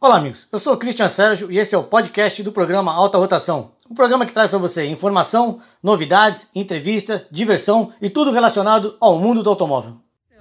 Olá amigos, eu sou o Christian Sérgio e esse é o podcast do programa Alta Rotação. Um programa que traz para você informação, novidades, entrevista, diversão e tudo relacionado ao mundo do automóvel.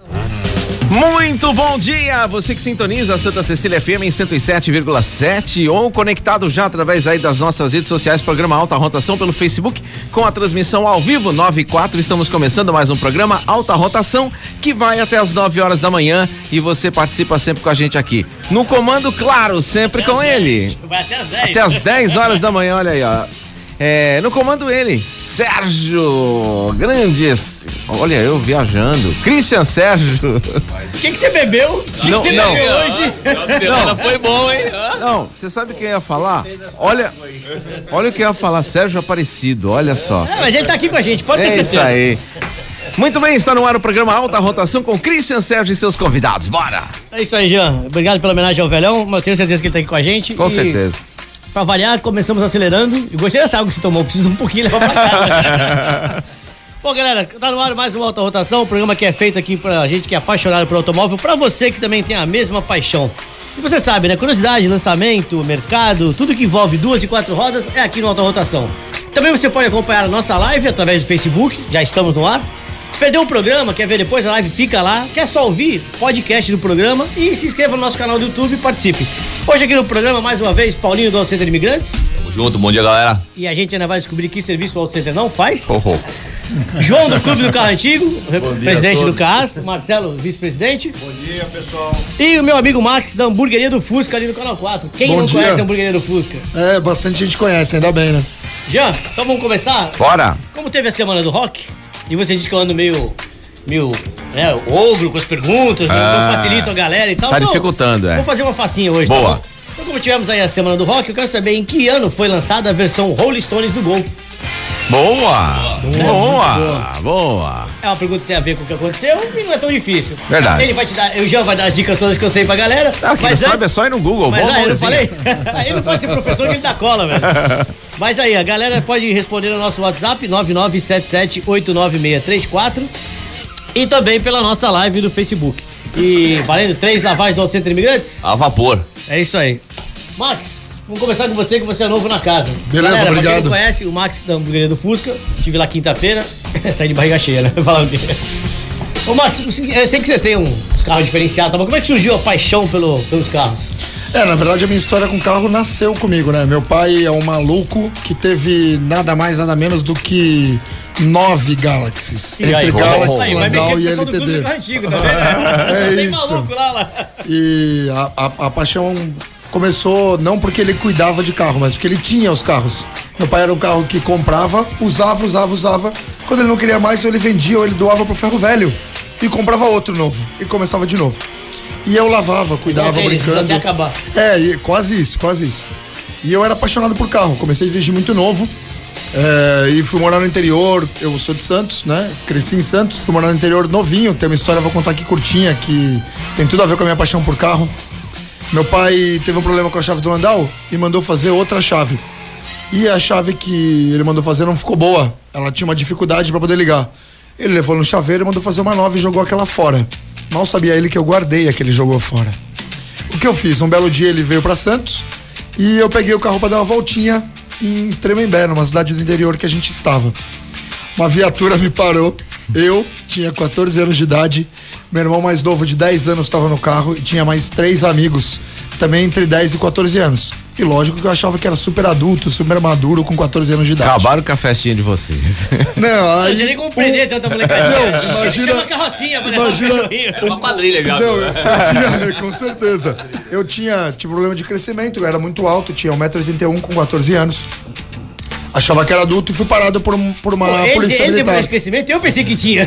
Muito bom dia, você que sintoniza a Santa Cecília FM em 107,7 ou conectado já através aí das nossas redes sociais, programa Alta Rotação pelo Facebook com a transmissão ao vivo 9/4. Estamos começando mais um programa Alta Rotação que vai até as 9 horas da manhã e você participa sempre com a gente aqui. No comando, claro, sempre com ele. Vai até as 10. Até as 10 horas da manhã, olha aí, ó. No comando ele, Sérgio Grandes. Olha, eu viajando. Christian Sérgio. O que você bebeu? O que você bebeu hoje? Não, foi bom, hein? Não, você sabe o que eu ia falar? Olha o que eu ia falar, Sérgio Aparecido, olha só. Mas ele tá aqui com a gente, pode ter certeza. Isso aí. Muito bem, está no ar o programa Alta Rotação com Christian Sérgio e seus convidados. Bora! É isso aí, Jean. Obrigado pela homenagem ao velhão. Eu tenho certeza que ele tá aqui com a gente. Com certeza. Pra variar, começamos acelerando. Eu gostei dessa água que você tomou, preciso um pouquinho levar pra casa. Bom, galera, tá no ar mais uma Alta Rotação, um programa que é feito aqui pra gente que é apaixonado por automóvel, pra você que também tem a mesma paixão. E você sabe, né? Curiosidade, lançamento, mercado, tudo que envolve 2 e 4 rodas é aqui no Alta Rotação. Também você pode acompanhar a nossa live através do Facebook, já estamos no ar. Perdeu o programa, quer ver depois, a live fica lá. Quer só ouvir podcast do programa e se inscreva no nosso canal do YouTube e participe. Hoje aqui no programa, mais uma vez, Paulinho do Auto Center Imigrantes. Tamo junto, bom dia, galera. E a gente ainda vai descobrir que serviço o Auto Center não faz. João do Clube do Carro Antigo, presidente do CAS, Marcelo, vice-presidente. Bom dia, pessoal. E o meu amigo Max, da Hamburgueria do Fusca, ali no Canal 4. Quem Bom não dia. conhece a Hamburgueria do Fusca? Bastante gente conhece, ainda bem, né? Jean, então vamos começar? Bora! Como teve a semana do rock, e você disse que eu ando meio ogro com as perguntas, não facilita a galera e tal. Tá então, dificultando, Vou fazer uma facinha hoje, Boa. tá bom? Então, como tivemos aí a semana do rock, eu quero saber em que ano foi lançada a versão Rolling Stones do Gol. Boa! É uma pergunta que tem a ver com o que aconteceu e não é tão difícil. Verdade. Ele vai te dar, o Jean vai dar as dicas todas que eu sei pra galera. Quem não sabe é só ir no Google. Mas Bom, aí, eu não bonzinho. falei? Aí não pode ser professor que ele dá cola, velho. Mas aí, a galera pode responder no nosso WhatsApp, 9977-89634 e também pela nossa live do Facebook. E valendo 3 lavagens do Auto Center Imigrantes? A vapor. É isso aí. Max, vamos começar com você, que você é novo na casa. Beleza, galera, obrigado. Pra quem não conhece, o Max da Hamburgueria do Fusca, estive lá quinta-feira, saí de barriga cheia, né? Falar o quê? Ô Max, eu sei que você tem uns carros diferenciados, tá? Mas como é que surgiu a paixão pelos carros? Na verdade a minha história com carro nasceu comigo, né? Meu pai é um maluco que teve nada mais, nada menos do que 9 Galaxies. E aí, entre Galaxy, vai Landau e mexer com o pessoal do Clube do LTD. Carro Antigo também, né? É Tem isso. maluco lá. E a paixão começou não porque ele cuidava de carro, mas porque ele tinha os carros. Meu pai era um carro que comprava, usava. Quando ele não queria mais, ou ele vendia ou ele doava pro ferro velho. E comprava outro novo. E começava de novo. E eu lavava, cuidava, brincando. Até acabar. Quase isso. E eu era apaixonado por carro. Comecei a dirigir muito novo. E fui morar no interior. Eu sou de Santos, né? Cresci em Santos, fui morar no interior novinho. Tem uma história, vou contar aqui curtinha, que tem tudo a ver com a minha paixão por carro. Meu pai teve um problema com a chave do Landau e mandou fazer outra chave. E a chave que ele mandou fazer não ficou boa. Ela tinha uma dificuldade para poder ligar. Ele levou no chaveiro e mandou fazer uma nova e jogou aquela fora. Mal sabia ele que eu guardei a que ele jogou fora. O que eu fiz? Um belo dia ele veio para Santos e eu peguei o carro para dar uma voltinha em Tremembé, numa cidade do interior que a gente estava. Uma viatura me parou. Eu tinha 14 anos de idade. Meu irmão mais novo de 10 anos estava no carro e tinha mais 3 amigos, também entre 10 e 14 anos. E lógico que eu achava que era super adulto, super maduro com 14 anos de idade. Acabaram com a festinha de vocês. Não, aí... Eu já nem compreender tanta molecadinha. Não, imagina... Chama carrocinha pra imagina... levar o cachorrinho. É uma quadrilha já. Não, eu tinha, com certeza. Eu tive problema de crescimento, eu era muito alto, tinha 1,81m com 14 anos. Achava que era adulto e fui parado por uma polícia Ele tem militar. mais crescimento, eu pensei que tinha.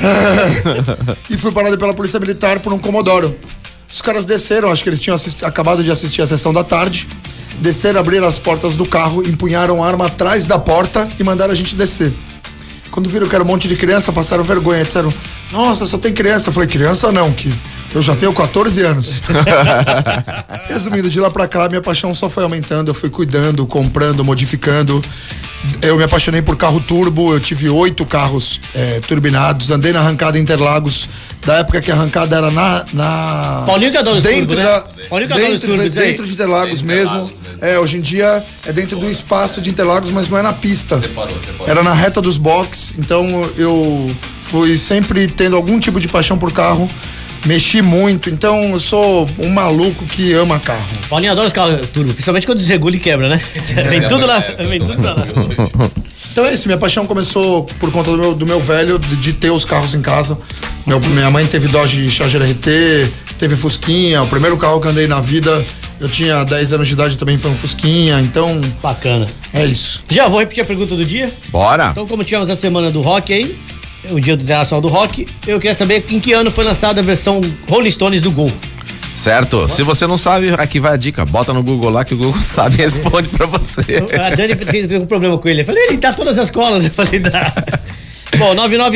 E fui parado pela polícia militar por um Comodoro. Os caras desceram, acho que eles tinham acabado de assistir a sessão da tarde. Desceram, abriram as portas do carro, empunharam a arma atrás da porta e mandaram a gente descer. Quando viram que era um monte de criança, passaram vergonha, disseram: nossa, só tem criança. Eu falei: criança não, que Eu já tenho 14 anos. Resumindo, de lá pra cá, minha paixão só foi aumentando. Eu fui cuidando, comprando, modificando. Eu me apaixonei por carro turbo. Eu tive 8 carros turbinados. Andei na arrancada Interlagos, da época que a arrancada era na Paulinho que adora os turbos, né? Paulinho que adora os turbos, dentro de Interlagos mesmo. Hoje em dia é dentro do espaço de Interlagos, mas não é na pista. Era na reta dos boxes. Então eu fui sempre tendo algum tipo de paixão por carro. Mexi muito, então eu sou um maluco que ama carro. Paulinho adora os carros turbo, principalmente quando desregula e quebra, né? Vem tudo lá, vem tudo lá. Então é isso, minha paixão começou por conta do meu velho, de ter os carros em casa. Minha mãe teve Dodge Charger RT, teve Fusquinha, o primeiro carro que andei na vida, eu tinha 10 anos de idade, também foi um Fusquinha, então... Bacana. É isso. Já vou repetir a pergunta do dia? Bora! Então, como tivemos a semana do rock aí, o dia do Internacional do Rock, eu queria saber em que ano foi lançada a versão Rolling Stones do Gol. Certo, se você não sabe, aqui vai a dica, bota no Google lá que o Google sabe e responde pra você. A Dani tem um problema com ele, eu falei, ele tá todas as colas, eu falei, dá. Bom,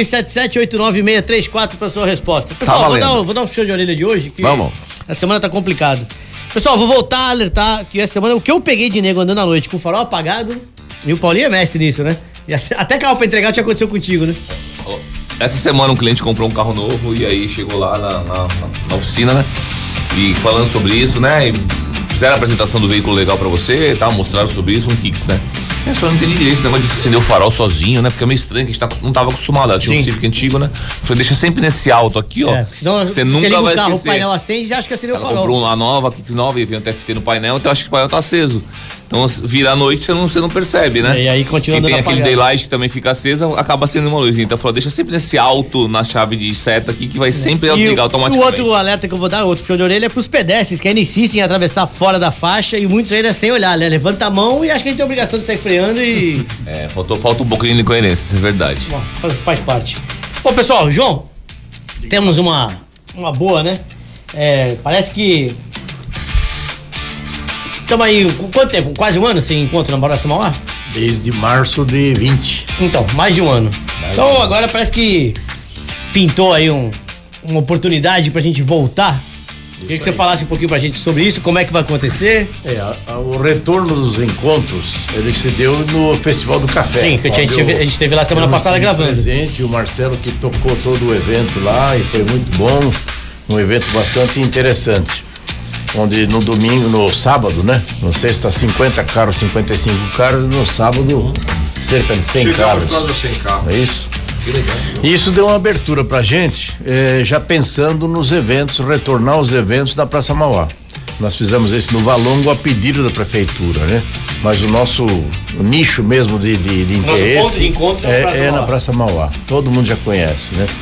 9977-89634 pra sua resposta. Pessoal, vou dar um puxão de orelha de hoje, que Vamos. A semana tá complicado. Pessoal, vou voltar a alertar que essa semana o que eu peguei de nego andando à noite com o farol apagado, e o Paulinho é mestre nisso, né? E até carro pra entregar tinha acontecido contigo, né? Essa semana um cliente comprou um carro novo e aí chegou lá na oficina, né? E falando sobre isso, né? E fizeram a apresentação do veículo legal pra você, tá? Mostraram sobre isso, um Kicks, né? Eu só não entendi direito esse negócio de acender o farol sozinho, né? Porque é meio estranho, que a gente não tava acostumado. Tinha um Civic antigo, né? Falei, deixa sempre nesse alto aqui, ó. Senão, você nunca liga vai o carro, esquecer. o painel acende e já acha que acendeu o farol. Comprou uma nova, Kicks nova, e veio um TFT no painel, então acho que o painel tá aceso. Então, vira a noite, você não percebe, né? E aí continua andando. E tem aquele apagado. daylight que também fica acesa, acaba acendendo uma luzinha. Então, falou, deixa sempre nesse alto na chave de seta aqui, que vai sempre ligar automaticamente. O outro alerta que eu vou dar, outro puxão de orelha, é pros pedestres que ainda insistem em atravessar fora da faixa e muitos ainda sem olhar, né? Levanta a mão e acha que a gente tem a obrigação de sair freando e... Falta um pouquinho de incoerência, isso é verdade. Bom, faz parte. Bom, pessoal, João, temos uma boa, né? Parece que... Estamos aí, quanto tempo? Quase um ano sem encontro na Barra Mauá? Desde março de 20. Então, mais de um ano. Então agora parece que pintou aí uma oportunidade pra gente voltar. Queria que você falasse um pouquinho pra gente sobre isso, como é que vai acontecer. O retorno dos encontros, ele se deu no Festival do Café. Sim, que a gente teve lá semana passada gravando. Presente, o Marcelo que tocou todo o evento lá e foi muito bom, um evento bastante interessante. Onde no sábado, né? No sexta 50 carros, 55 carros, no sábado cerca de 100 carros. É isso? Que legal. E isso deu uma abertura pra gente, já pensando nos eventos, retornar os eventos da Praça Mauá. Nós fizemos isso no Valongo a pedido da prefeitura, né? Mas o nosso nicho mesmo de interesse ponto de encontro é na Praça Mauá. Todo mundo já conhece, né?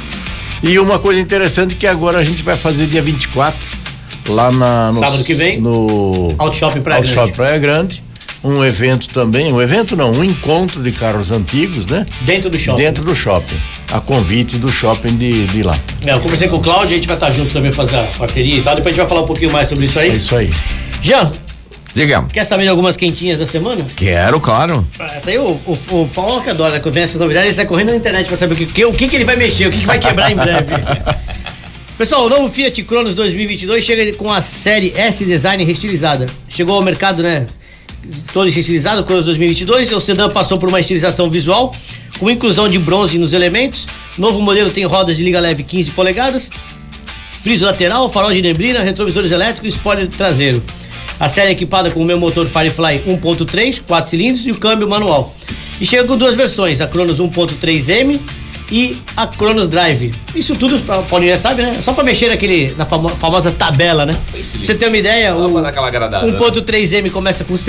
E uma coisa interessante que agora a gente vai fazer dia 24 lá no sábado que vem, no Auto Shopping Praia Grande. Um evento também, um encontro de carros antigos, né? Dentro do shopping. Dentro do shopping, a convite do shopping de lá. Eu conversei com o Cláudio, a gente vai estar junto também fazer a parceria e tal, depois a gente vai falar um pouquinho mais sobre isso aí. É isso aí. Jean, Diga. quer saber de algumas quentinhas da semana? Quero, claro. Essa aí o Paulo que adora, né? Quando vem essas novidades, ele sai correndo na internet pra saber o que ele vai mexer, o que vai quebrar em breve. Pessoal, o novo Fiat Cronos 2022 chega com a série S Design restilizada. Chegou ao mercado, né? Todo estilizado, o Cronos 2022. O sedã passou por uma estilização visual, com inclusão de bronze nos elementos. Novo modelo tem rodas de liga leve 15 polegadas, friso lateral, farol de neblina, retrovisores elétricos e spoiler traseiro. A série é equipada com o meu motor Firefly 1.3, 4 cilindros e o câmbio manual. E chega com duas versões, a Cronos 1.3M e a Cronos Drive. Isso tudo, o Paulinho já sabe, né? É só pra mexer na famosa tabela, né? Pra você ter uma ideia, Só pra dar aquela agradada, 1.3M começa por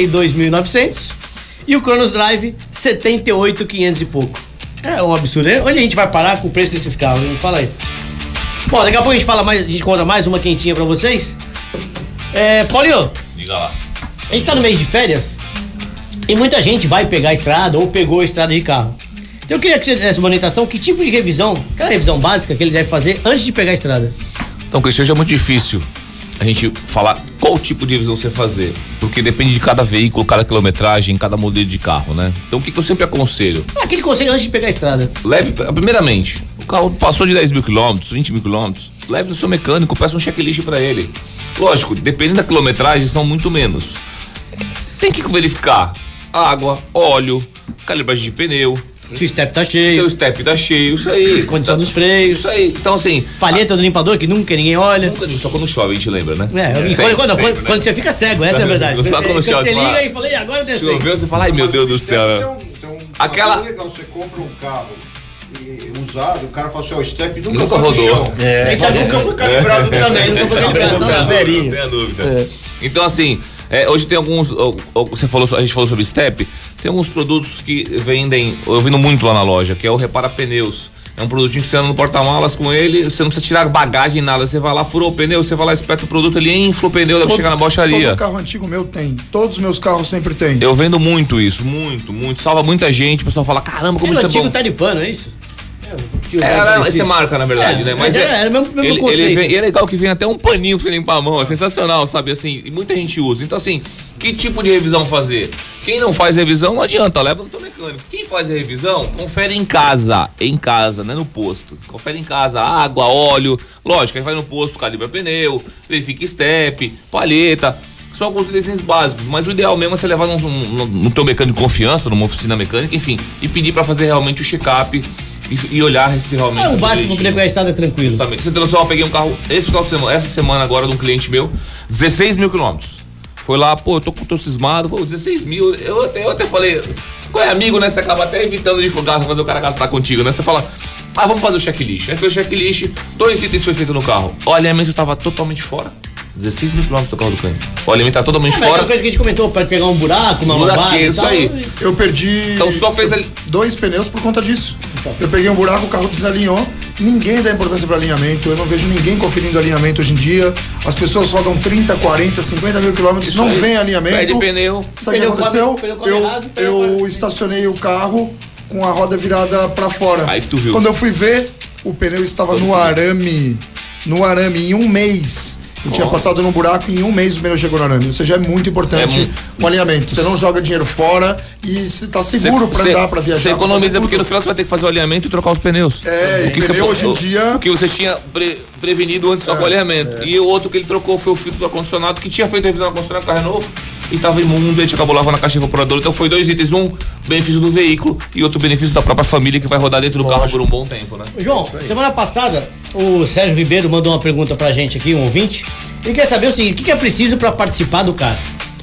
72.900 e o Cronos Drive 78.500 e pouco. É um absurdo, né? Onde a gente vai parar com o preço desses carros? Fala aí. Bom, daqui a pouco a gente conta mais uma quentinha pra vocês. Paulinho, Diga lá. a gente tá no mês de férias e muita gente vai pegar a estrada ou pegou a estrada de carro. Eu queria que você desse uma orientação, que tipo de revisão, aquela revisão básica que ele deve fazer antes de pegar a estrada? Então, Cristian, já é muito difícil a gente falar qual tipo de revisão você fazer, porque depende de cada veículo, cada quilometragem, cada modelo de carro, né? Então, o que eu sempre aconselho? Aquele conselho antes de pegar a estrada. Primeiramente, o carro passou de 10 mil quilômetros, 20 mil quilômetros, leve no seu mecânico, peça um checklist pra ele. Lógico, dependendo da quilometragem, são muito menos. Tem que verificar água, óleo, calibragem de pneu. Se o step tá cheio. Se o step tá cheio, isso aí. Condição dos freios. Isso aí. Então, assim. Palheta do limpador, que nunca ninguém olha. Só quando chove, a gente lembra, né? Quando você fica cego, essa é a verdade. Só quando chove. Você liga e fala, e agora desceu. Choveu, você fala, ai meu Deus do céu. Aquela. Legal, você compra um carro usado, o cara fala assim, o step nunca rodou. Então nunca foi calibrado também, nunca foi calibrado. Zerinho. Não tenha dúvida. Então, assim. Hoje tem alguns, a gente falou sobre step, tem alguns produtos que vendem, eu vendo muito lá na loja, que é o Repara Pneus. É um produtinho que você anda no porta-malas com ele, você não precisa tirar bagagem, nada, você vai lá, furou o pneu, você vai lá, espeta o produto, ele infla o pneu, deve chegar na bocharia. Todo carro antigo meu tem, todos os meus carros sempre tem. Eu vendo muito isso, muito, salva muita gente, o pessoal fala, caramba, como isso é bom. O antigo tá de pano, é isso? Essa é marca, na verdade, né? Mas era o mesmo conceito. E é legal que vem até um paninho pra você limpar a mão, é sensacional, sabe? Assim, e muita gente usa. Então, assim, que tipo de revisão fazer? Quem não faz revisão, não adianta, leva no teu mecânico. Quem faz a revisão, confere em casa, não é no posto. Confere em casa, água, óleo. Lógico, aí vai no posto, calibra pneu, verifica step, palheta. São alguns itens básicos, mas o ideal mesmo é você levar no teu mecânico de confiança, numa oficina mecânica, enfim, e pedir pra fazer realmente o check-up. E olhar se realmente. É o básico para poder estar tranquilo. Justamente. Você tem noção, eu peguei um carro essa semana agora de um cliente meu, 16 mil quilômetros. Foi lá, pô, eu tô cismado, pô, 16 mil. Eu até falei, qual é amigo, né? Você acaba até evitando de fazer o cara gastar contigo, né? Você fala, vamos fazer o checklist. Aí fez o checklist, 2 itens foi feito no carro. O alinhamento tava totalmente fora. 16 mil quilômetros do carro do cliente. O alimento tá totalmente fora. É uma coisa que a gente comentou, para pegar um buraco, uma lombada e isso tal. aí. Eu perdi então só fez 2 pneus por conta disso. Então. Eu peguei um buraco, o carro desalinhou. Ninguém dá importância para alinhamento. Eu não vejo ninguém conferindo alinhamento hoje em dia. As pessoas rodam 30, 40, 50 mil quilômetros, não vem alinhamento. Perde pneu. Sabe o que aconteceu? Eu estacionei o carro com a roda virada para fora. Aí tu viu. Quando eu fui ver, o pneu estava no arame em um mês. Eu tinha passado num buraco e em um mês o pneu chegou no arame. Ou seja, é muito importante o alinhamento. Você não joga dinheiro fora e você tá seguro para andar, para viajar. Você economiza porque no final você vai ter que fazer o alinhamento e trocar os pneus. O pneu hoje em dia... O que você tinha prevenido antes só com o alinhamento. E o outro que ele trocou foi o filtro do ar-condicionado, que tinha feito a revisão do ar-condicionado, o carro é novo. E tava imundo, a gente acabou lavando a caixa evaporadora. Então foi 2 itens, um benefício do veículo e outro benefício da própria família que vai rodar dentro do carro por um bom tempo, né? João, semana passada o Sérgio Ribeiro mandou uma pergunta pra gente aqui, um ouvinte. Ele quer saber o seguinte, o que é preciso pra participar do CAS?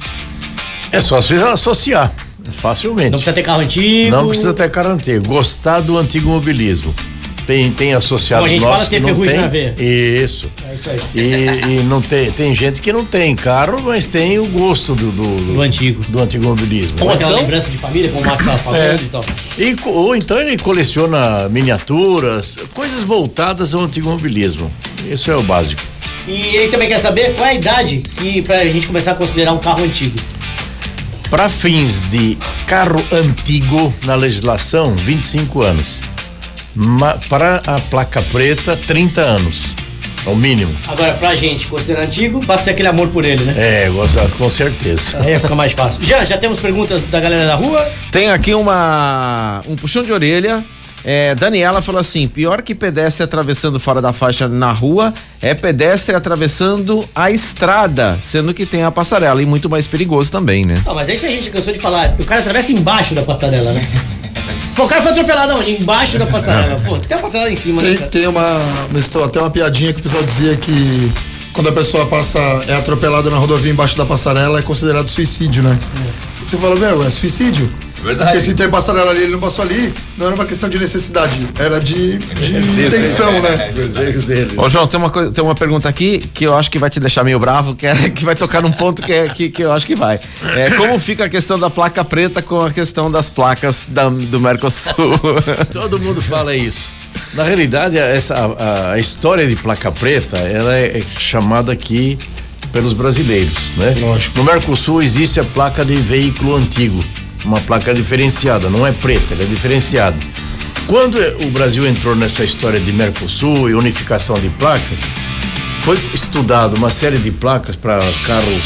É só se associar, facilmente. Não precisa ter carro antigo. Não precisa ter carro antigo. Gostar do antigo mobilismo. Tem associados nossos. Como a gente fala, ter ferrugem na veia. Isso. É isso aí. E não tem gente que não tem carro, mas tem o gosto do antigo. Do antigo mobilismo. Ou aquela lembrança de família, como o Max estava falando e tal. Ou então ele coleciona miniaturas, coisas voltadas ao antigo mobilismo. Isso é o básico. E ele também quer saber qual é a idade que pra gente começar a considerar um carro antigo. Para fins de carro antigo na legislação, 25 anos. Para a placa preta, 30 anos, ao mínimo. Agora, pra gente considerar antigo, basta ter aquele amor por ele, né? Com certeza. Aí fica mais fácil. Já temos perguntas da galera da rua? Tem aqui um puxão de orelha. Daniela falou assim, pior que pedestre atravessando fora da faixa na rua é pedestre atravessando a estrada, sendo que tem a passarela e muito mais perigoso também, né? Não, mas isso a gente cansou de falar, o cara atravessa embaixo da passarela, né? Pô, o cara foi atropelado onde? Embaixo da passarela. Pô, tem uma passarela em cima, né? Tem até uma piadinha que o pessoal dizia que quando a pessoa é atropelada na rodovia embaixo da passarela é considerado suicídio, né? Você fala, é suicídio? Verdade. Porque se tem passarela ali, ele não passou ali, não era uma questão de necessidade, era de intenção, né? Desejos dele. Ô, João, tem uma pergunta aqui que eu acho que vai te deixar meio bravo, que vai tocar num ponto que eu acho que vai. Como fica a questão da placa preta com a questão das placas do Mercosul? Todo mundo fala isso. Na realidade, a história de placa preta, ela é chamada aqui pelos brasileiros, né? Lógico. No Mercosul existe a placa de veículo antigo. Uma placa diferenciada, não é preta, ela é diferenciada. Quando o Brasil entrou nessa história de Mercosul e unificação de placas, foi estudado uma série de placas para carros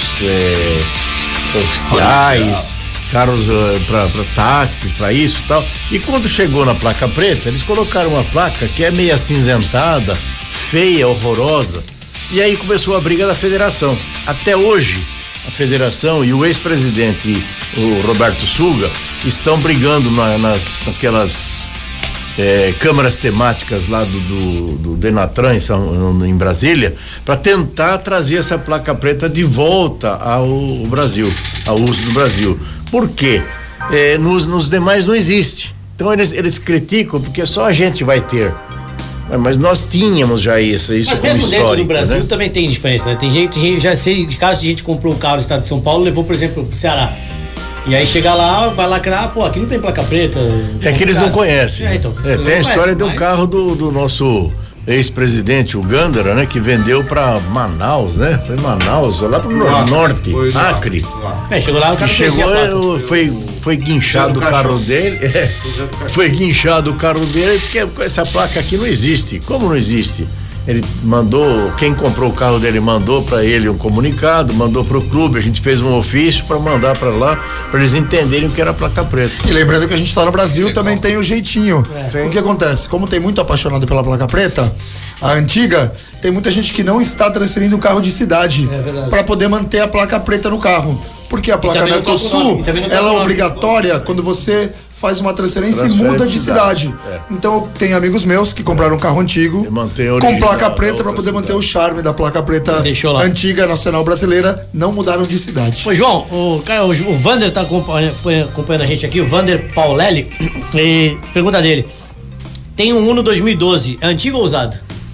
oficiais, carros para táxis, para isso e tal. E quando chegou na placa preta, eles colocaram uma placa que é meio acinzentada, feia, horrorosa. E aí começou a briga da federação. Até hoje, a federação e o ex-presidente, o Roberto Suga, estão brigando naquelas câmaras temáticas lá do Denatran em Brasília, para tentar trazer essa placa preta de volta ao Brasil, ao uso do Brasil. Por quê? Nos demais não existe. Então eles criticam porque só a gente vai ter. Mas nós tínhamos já isso mas como mesmo histórico, dentro do Brasil, né? também tem diferença, né? Tem gente, já sei de casos de gente que comprou um carro no estado de São Paulo, levou, por exemplo, pro Ceará. E aí chega lá, vai lacrar, pô, aqui não tem placa preta. É que eles não conhecem. Então, tem a história de um carro do nosso ex-presidente, o Gândara, né? Que vendeu pra Manaus, né? Foi Manaus, lá pro norte, Acre. Chegou lá, o cara chegou, foi guinchado o carro dele. Foi guinchado o carro dele, porque essa placa aqui não existe. Como não existe? Ele mandou, quem comprou o carro dele mandou para ele um comunicado, mandou pro clube, a gente fez um ofício para mandar para lá, para eles entenderem o que era placa preta. E lembrando que a gente tá no Brasil, também tem o jeitinho. O que acontece? Como tem muito apaixonado pela placa preta, a antiga, tem muita gente que não está transferindo o carro de cidade para poder manter a placa preta no carro. Porque a placa Mercosul, ela é obrigatória quando você faz uma transferência e muda de cidade. Então, tem amigos meus que compraram um carro antigo com placa preta para poder manter o charme da placa preta antiga, nacional brasileira, não mudaram de cidade. Pô, João, o Vander tá acompanhando a gente aqui, o Vander Paulelli, e pergunta dele: tem um Uno 2012, é antigo ou usado?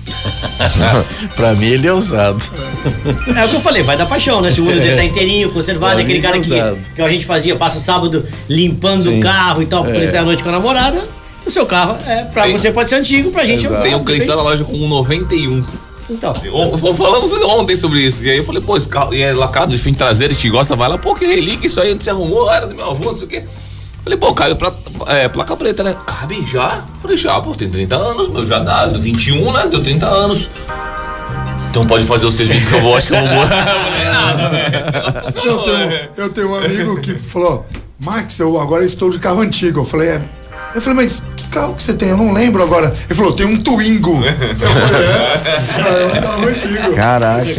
Pra mim ele é usado. É o que eu falei, vai dar paixão, né? Se o Uno dele tá inteirinho, conservado, aquele cara que a gente fazia, passa o sábado limpando o carro e tal, pra ele sair à noite com a namorada. O seu carro, pra você pode ser antigo, pra gente é usado. Tem um cliente lá na loja com um 91. Então. Falamos ontem sobre isso. E aí eu falei, pô, esse carro é lacrado de frente traseira, a gente gosta, vai lá, pô, que relíquia, isso aí você arrumou, era do meu avô, não sei o quê. Falei, pô, cabe placa preta, né? Cabe já? Falei, já, pô, tem 30 anos, meu, já dá, 21, né? Deu 30 anos. Então pode fazer o serviço que eu vou, acho que eu vou morrer. Eu tenho um amigo que falou: Max, eu agora estou de carro antigo. Eu falei, mas que carro que você tem? Eu não lembro agora. Ele falou, tem um Twingo. Eu falei, já é um carro antigo. Caraca.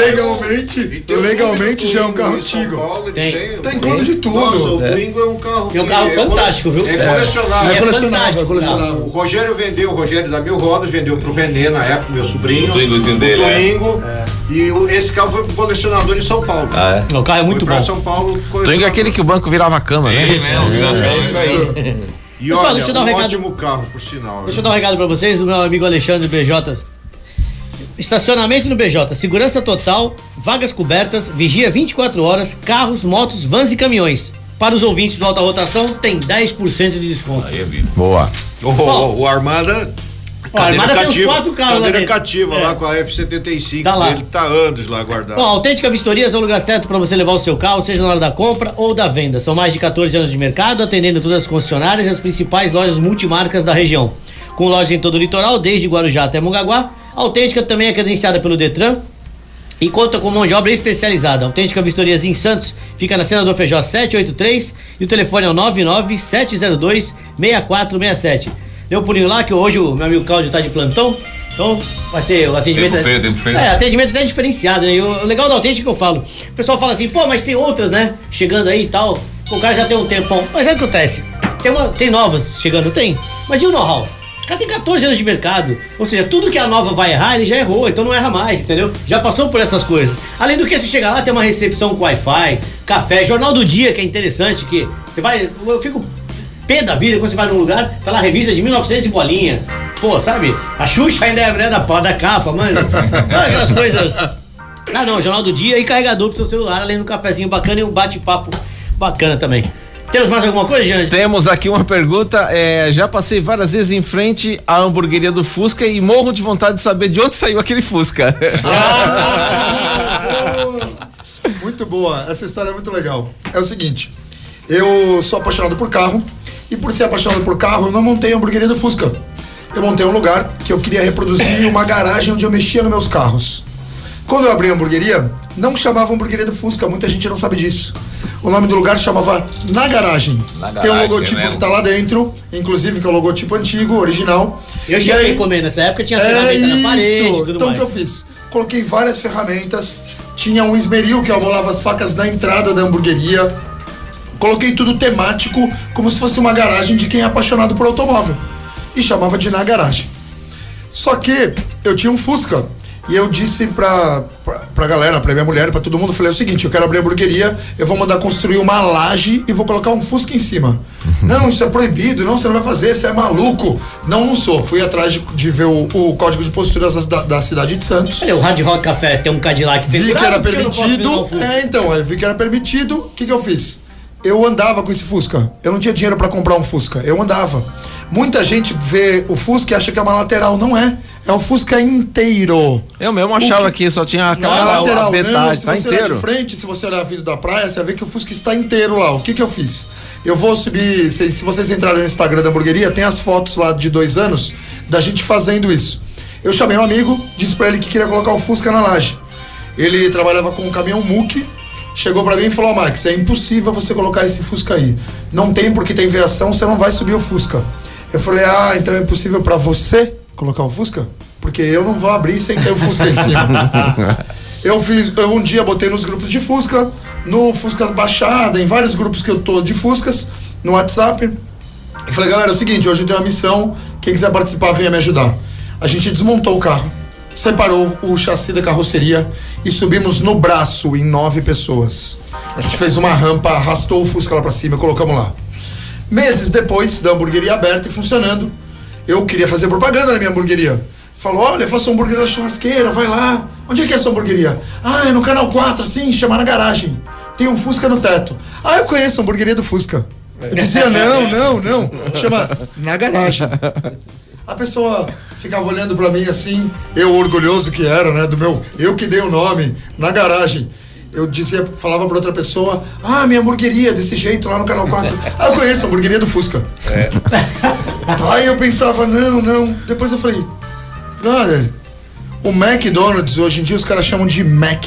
Legalmente já é um carro antigo. Tem clube de tudo. Nossa, o Twingo é um carro. É um carro fantástico, viu? É colecionável. É colecionável. O Rogério vendeu, o Rogério da Mil Rodas vendeu pro Renê na época, meu sobrinho. O Twingozinho dele. Twingo. E esse carro foi pro colecionador em São Paulo. O carro é muito bom. São Paulo. Twingo é aquele que o banco virava a cama, né? É isso aí. E pessoal, olha, deixa eu dar um recado. ótimo carro, por sinal. Deixa eu dar um recado pra vocês, do meu amigo Alexandre BJ. Estacionamento no BJ, segurança total, vagas cobertas, vigia 24 horas, carros, motos, vans e caminhões. Para os ouvintes do Alta Rotação, tem 10% de desconto. Aí, amigo. Boa. O Armada. A Armada tem uns 4 carros lá cadeira dentro. cativa lá com a F75 Tá lá. dele, tá anos lá guardado. Bom, Autêntica Vistorias é o lugar certo para você levar o seu carro, seja na hora da compra ou da venda. São mais de 14 anos de mercado, atendendo todas as concessionárias e as principais lojas multimarcas da região. Com lojas em todo o litoral, desde Guarujá até Mongaguá. A Autêntica também é credenciada pelo Detran e conta com mão de obra especializada. A Autêntica Vistorias em Santos fica na Senador Feijó 783 e o telefone é o 99702-6467. Deu um pulinho lá, que hoje o meu amigo Cláudio tá de plantão, então vai ser o atendimento. Tempo feio. Atendimento até diferenciado, né? E o legal da Autêntica que eu falo, o pessoal fala assim, pô, mas tem outras, né? Chegando aí e tal, o cara já tem um tempão. Mas é o que acontece, tem novas chegando, tem, mas e o know-how? O cara tem 14 anos de mercado, ou seja, tudo que a nova vai errar, ele já errou, então não erra mais, entendeu? Já passou por essas coisas. Além do que, você chegar lá, tem uma recepção com Wi-Fi, café, Jornal do Dia, que é interessante, que você vai, eu fico pé da vida quando você vai num lugar, tá lá a revista de 1900 e bolinha. Pô, sabe? A Xuxa ainda é da capa, mano. Aquelas coisas. Ah, não, Jornal do Dia e carregador pro seu celular, além do cafezinho bacana e um bate-papo bacana também. Temos mais alguma coisa, Jean? Temos aqui uma pergunta, já passei várias vezes em frente à hamburgueria do Fusca e morro de vontade de saber de onde saiu aquele Fusca. Muito boa, essa história é muito legal. É o seguinte, eu sou apaixonado por carro e por ser apaixonado por carro, eu não montei a hamburgueria do Fusca. Eu montei um lugar que eu queria reproduzir uma garagem onde eu mexia nos meus carros. Quando eu abri a hamburgueria, não chamava hamburgueria do Fusca, muita gente não sabe disso. O nome do lugar chamava Na Garagem. Tem um logotipo é que tá lá dentro, inclusive, que é o logotipo antigo, original. Eu cheguei a comer nessa época, tinha ferramenta na parede, tudo então mais. o que eu fiz? Coloquei várias ferramentas, tinha um esmeril que eu amolava as facas na entrada da hamburgueria. Coloquei tudo temático, como se fosse uma garagem de quem é apaixonado por automóvel. E chamava de Na Garagem. Só que eu tinha um Fusca. E eu disse pra galera, pra minha mulher, pra todo mundo, falei o seguinte, eu quero abrir a hamburgueria, eu vou mandar construir uma laje e vou colocar um Fusca em cima. Não, isso é proibido, não, você não vai fazer, você é maluco. Não sou. Fui atrás de ver o código de posturas da cidade de Santos. Olha, o Hard Rock Café tem um Cadillac Vi que era permitido. Eu vi que era permitido. O que eu fiz? Eu andava com esse Fusca. Eu não tinha dinheiro pra comprar um Fusca. Eu andava. Muita gente vê o Fusca e acha que é uma lateral. Não é. É o Fusca inteiro. Eu mesmo achava que só tinha aquela lateral. metade, não, se tá você olhar inteiro. de frente, se você olhar vindo da praia, você vai ver que o Fusca está inteiro lá. O que eu fiz? Eu vou subir, se vocês entrarem no Instagram da hamburgueria, tem as fotos lá de 2 anos da gente fazendo isso. Eu chamei um amigo, disse pra ele que queria colocar o Fusca na laje. Ele trabalhava com um caminhão muque, chegou pra mim e falou: Max, é impossível você colocar esse Fusca aí. Não tem, porque tem veação, você não vai subir o Fusca. Eu falei: então é impossível pra você colocar o Fusca? Porque eu não vou abrir sem ter o Fusca em cima. Eu um dia botei nos grupos de Fusca, no Fusca Baixada, em vários grupos que eu tô de Fuscas, no WhatsApp. E falei: galera, é o seguinte, hoje eu tenho uma missão, quem quiser participar, venha me ajudar. A gente desmontou o carro, separou o chassi da carroceria e subimos no braço em 9 pessoas. A gente fez uma rampa, arrastou o Fusca lá pra cima e colocamos lá. Meses depois da hamburgueria aberta e funcionando, eu queria fazer propaganda na minha hamburgueria. Falou: olha, eu faço hambúrguer na churrasqueira, vai lá. Onde é que é a sua hamburgueria? É no canal 4, assim, chama Na Garagem. Tem um Fusca no teto. Eu conheço a hamburgueria do Fusca. Eu dizia: não, chama Na Garagem. A pessoa ficava olhando pra mim assim, eu orgulhoso que era, né, eu que dei o nome, Na Garagem. Eu falava pra outra pessoa: minha hamburgueria, desse jeito, lá no canal 4. Eu conheço a hamburgueria do Fusca. Aí eu pensava: não. Depois eu falei: brother, o McDonald's, hoje em dia os caras chamam de Mac.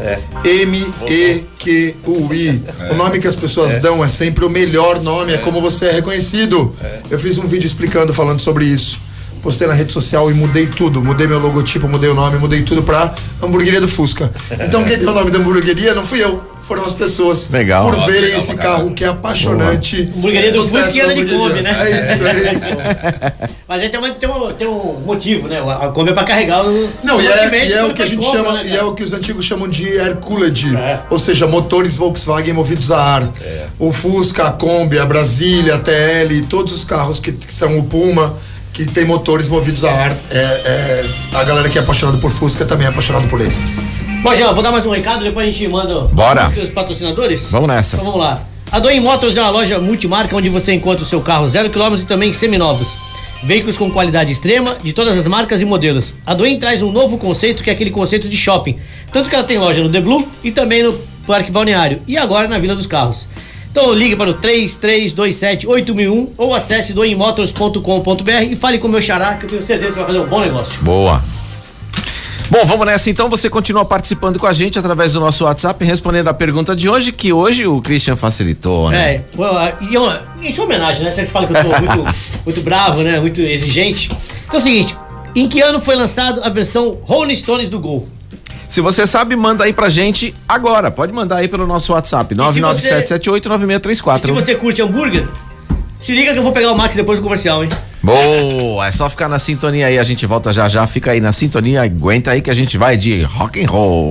M-E-Q-U-I. O nome que as pessoas dão é sempre o melhor nome, é como você é reconhecido. Eu fiz um vídeo falando sobre isso. Postei na rede social e mudei tudo. Mudei meu logotipo, mudei o nome, mudei tudo pra hamburgueria do Fusca. Então quem deu o nome da hamburgueria não fui eu. Foram as pessoas. Legal. Por verem esse carro que é apaixonante. Hamburgueria do Fusca e anda de Kombi, né? É isso. Mas aí tem um motivo, né? A Kombi é pra carregar o... Não, e é o que a gente chama, né, e é o que os antigos chamam de air-cooled, ou seja, motores Volkswagen movidos a ar. O Fusca, a Kombi, a Brasília, a TL, todos os carros que são o Puma, que tem motores movidos a ar, a galera que é apaixonada por Fusca também é apaixonada por esses. Bom, já vou dar mais um recado, depois a gente manda os patrocinadores. Vamos nessa. Então vamos lá. A Doen Motors é uma loja multimarca onde você encontra o seu carro 0 km e também seminovos. Veículos com qualidade extrema, de todas as marcas e modelos. A Doen traz um novo conceito, que é aquele conceito de shopping. Tanto que ela tem loja no The Blue e também no Parque Balneário. E agora na Vila dos Carros. Então ligue para o 3327-8001 ou acesse doemmotors.com.br e fale com o meu xará, que eu tenho certeza que vai fazer um bom negócio. Boa. Bom, vamos nessa então. Você continua participando com a gente através do nosso WhatsApp, respondendo a pergunta de hoje, que hoje o Christian facilitou, né? Em sua homenagem, né? Você fala que eu tô muito bravo, né? Muito exigente. Então é o seguinte: em que ano foi lançado a versão Rolling Stones do Gol? Se você sabe, manda aí pra gente agora. Pode mandar aí pelo nosso WhatsApp, 997789634. Se você curte hambúrguer, se liga que eu vou pegar o Max depois do comercial, hein? Boa, é só ficar na sintonia aí, a gente volta já, fica aí na sintonia, aguenta aí que a gente vai de rock and roll.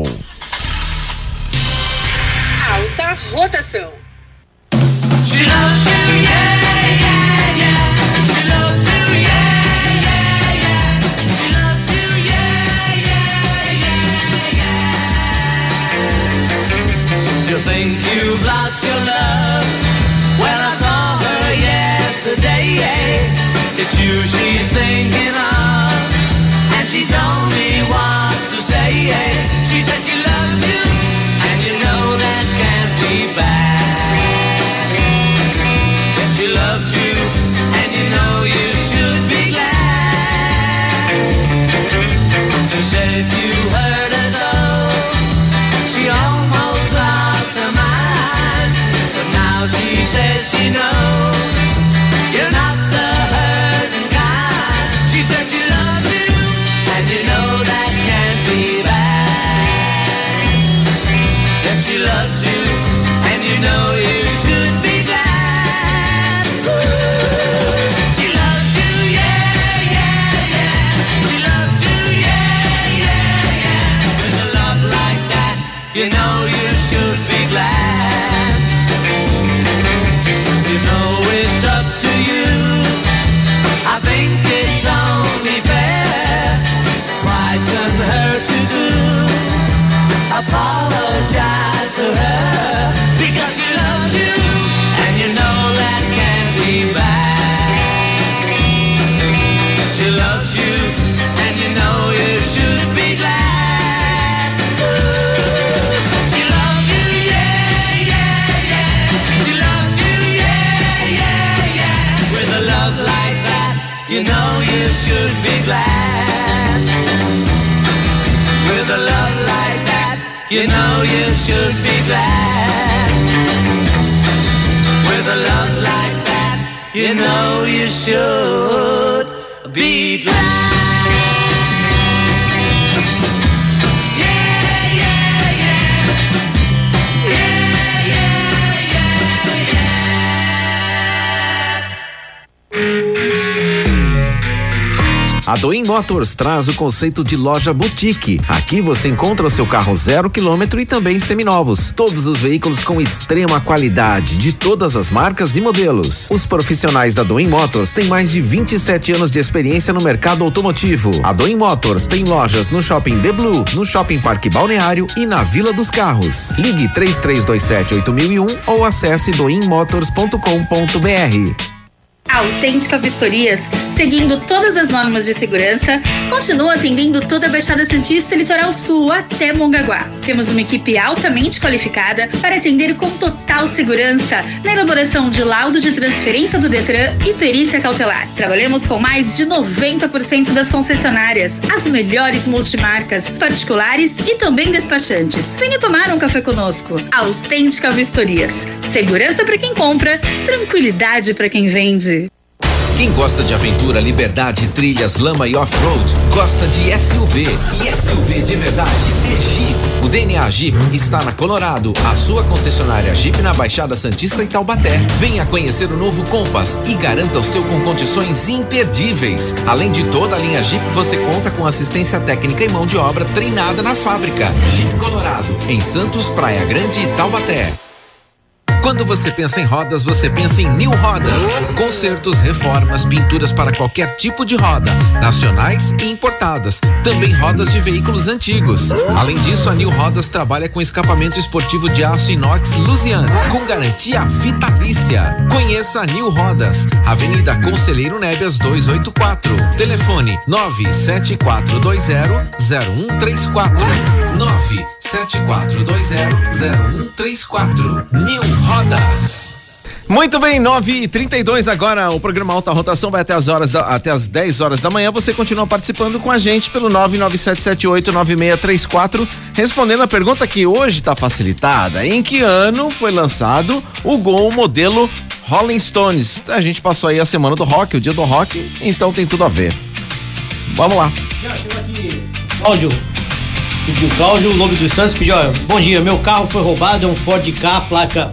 Alta rotação. You think you've lost your love? Well, I saw her yesterday. It's you she's thinking of, and she told me what to say. She said she loved you, and you know that can't be bad. Yes, she loved you, and you know you should be glad. She said if you hurt her so, she almost lost her mind. says she knows you're not the hurting kind. She says she loves you, and you know that can't be bad. Yes, she loves you, and you know you should be glad. She loves you, yeah, yeah, yeah. She loves you, yeah, yeah, yeah. With a love like that, you know you should be glad. You know it's up to you. I think it's only fair. Why couldn't hurt to do? Apologize to her because she loves you, and you know that can't be bad. She loves you, and you know you should be glad. She loves you, yeah, yeah, yeah. She loves you, yeah, yeah, yeah. With a love like that, you know you should be glad. With a love like that, you know you should be glad. With a love like that, you know you should be glad. Yeah, yeah, yeah. Yeah, yeah, yeah, yeah. A Doim Motors traz o conceito de loja boutique. Aqui você encontra o seu carro 0 km e também seminovos. Todos os veículos com extrema qualidade, de todas as marcas e modelos. Os profissionais da Doim Motors têm mais de 27 anos de experiência no mercado automotivo. A Doim Motors tem lojas no Shopping The Blue, no Shopping Parque Balneário e na Vila dos Carros. Ligue 3327-8001 ou acesse doimmotors.com.br. A Autêntica Vistorias, seguindo todas as normas de segurança, continua atendendo toda a Baixada Santista e Litoral Sul até Mongaguá. Temos uma equipe altamente qualificada para atender com total segurança na elaboração de laudo de transferência do Detran e perícia cautelar. Trabalhamos com mais de 90% das concessionárias, as melhores multimarcas, particulares e também despachantes. Venha tomar um café conosco. Autêntica Vistorias. Segurança para quem compra, tranquilidade para quem vende. Quem gosta de aventura, liberdade, trilhas, lama e off-road, gosta de SUV. E SUV de verdade é Jeep. O DNA Jeep está na Colorado, a sua concessionária Jeep na Baixada Santista e Taubaté. Venha conhecer o novo Compass e garanta o seu com condições imperdíveis. Além de toda a linha Jeep, você conta com assistência técnica e mão de obra treinada na fábrica. Jeep Colorado, em Santos, Praia Grande e Taubaté. Quando você pensa em rodas, você pensa em New Rodas. Consertos, reformas, pinturas para qualquer tipo de roda, nacionais e importadas. Também rodas de veículos antigos. Além disso, a New Rodas trabalha com escapamento esportivo de aço inox Lusian, com garantia vitalícia. Conheça a New Rodas, Avenida Conselheiro Nébias 284. Telefone 97420-0134. 97420-0134. New Rodas. Muito bem, 9h32 agora, o programa Alta Rotação vai até as 10 horas da manhã. Você continua participando com a gente pelo 997789634, respondendo a pergunta que hoje está facilitada. Em que ano foi lançado o Gol modelo Rolling Stones? A gente passou aí a semana do rock, o dia do rock, então tem tudo a ver. Vamos lá. Cláudio, Lobo dos Santos pediu, ó, bom dia, meu carro foi roubado, é um Ford Ka, placa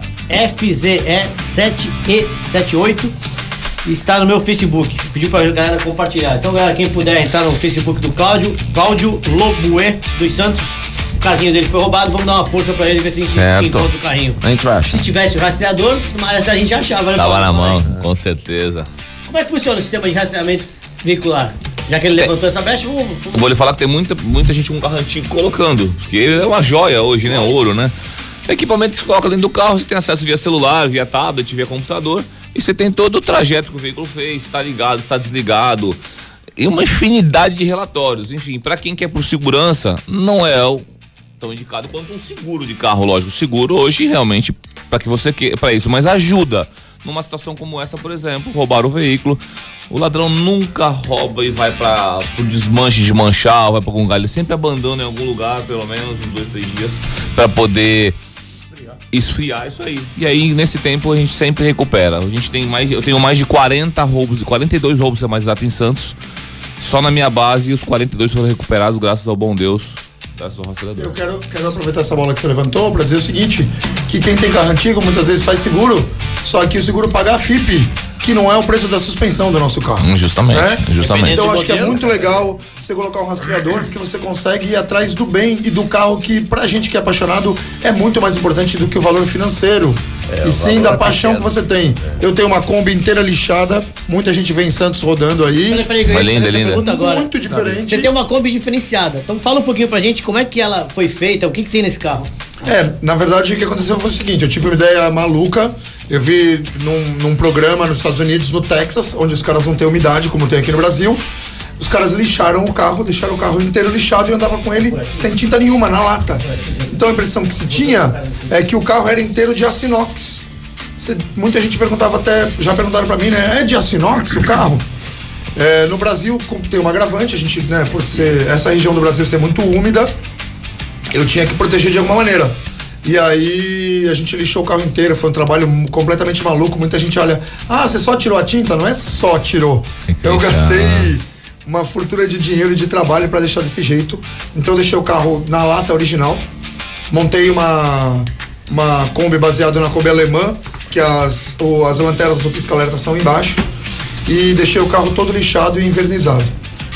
FZE7E78, está no meu Facebook, pediu pra galera compartilhar. Então, galera, quem puder entrar no Facebook do Cláudio Lobué dos Santos, o casinho dele foi roubado, vamos dar uma força pra ele, ver se encontra o carrinho. Se tivesse o rastreador, mas a gente achava, né? Tava na mão, com certeza. Como é que funciona o sistema de rastreamento veicular? Já que ele levantou essa brecha, eu vou lhe falar que tem muita gente com carro antigo colocando, porque é uma joia hoje, né? Ouro, né? Equipamento que você coloca dentro do carro, você tem acesso via celular, via tablet, via computador, e você tem todo o trajeto que o veículo fez, está ligado, está desligado, e uma infinidade de relatórios. Enfim, para quem quer por segurança, não é tão indicado quanto um seguro de carro, lógico. O seguro hoje realmente para isso, mas ajuda. Numa situação como essa, por exemplo, roubar o veículo, o ladrão nunca rouba e vai para o desmanche de manchar, vai para algum lugar, ele sempre abandona em algum lugar, pelo menos uns 2, 3 dias, para poder esfriar isso aí. E aí, nesse tempo, a gente sempre recupera. Eu tenho mais de 42 roubos, se é mais exato, em Santos. Só na minha base, os 42 foram recuperados, graças ao bom Deus. Graças ao rastreador. Eu quero aproveitar essa bola que você levantou para dizer o seguinte, que quem tem carro antigo muitas vezes faz seguro, só que o seguro paga a FIP, que não é o preço da suspensão do nosso carro. Justamente, né? justamente. Então eu acho que é muito legal você colocar um rastreador, porque você consegue ir atrás do bem e do carro, que pra gente que é apaixonado é muito mais importante do que o valor financeiro. E sim da paixão que você tem. Eu tenho uma Kombi inteira lixada, muita gente vem em Santos rodando aí. Peraí, linda. Agora. Muito diferente. Você tem uma Kombi diferenciada. Então fala um pouquinho pra gente como é que ela foi feita, o que tem nesse carro. Na verdade o que aconteceu foi o seguinte, eu tive uma ideia maluca, eu vi num programa nos Estados Unidos, no Texas, onde os caras não têm umidade como tem aqui no Brasil. Os caras lixaram o carro, deixaram o carro inteiro lixado e andava com ele sem tinta nenhuma, na lata. Então a impressão que se tinha é que o carro era inteiro de aço inox. Muita gente perguntava já perguntaram pra mim, né? É de aço inox o carro? No Brasil tem uma agravante, a gente, né, por ser essa região do Brasil ser muito úmida, eu tinha que proteger de alguma maneira. E aí a gente lixou o carro inteiro, foi um trabalho completamente maluco. Muita gente olha, você só tirou a tinta? Não é só tirou. Eu gastei uma fortuna de dinheiro e de trabalho para deixar desse jeito. Então eu deixei o carro na lata original, montei uma Kombi baseada na Kombi alemã, que as lanternas do pisca-alerta são embaixo, e deixei o carro todo lixado e envernizado.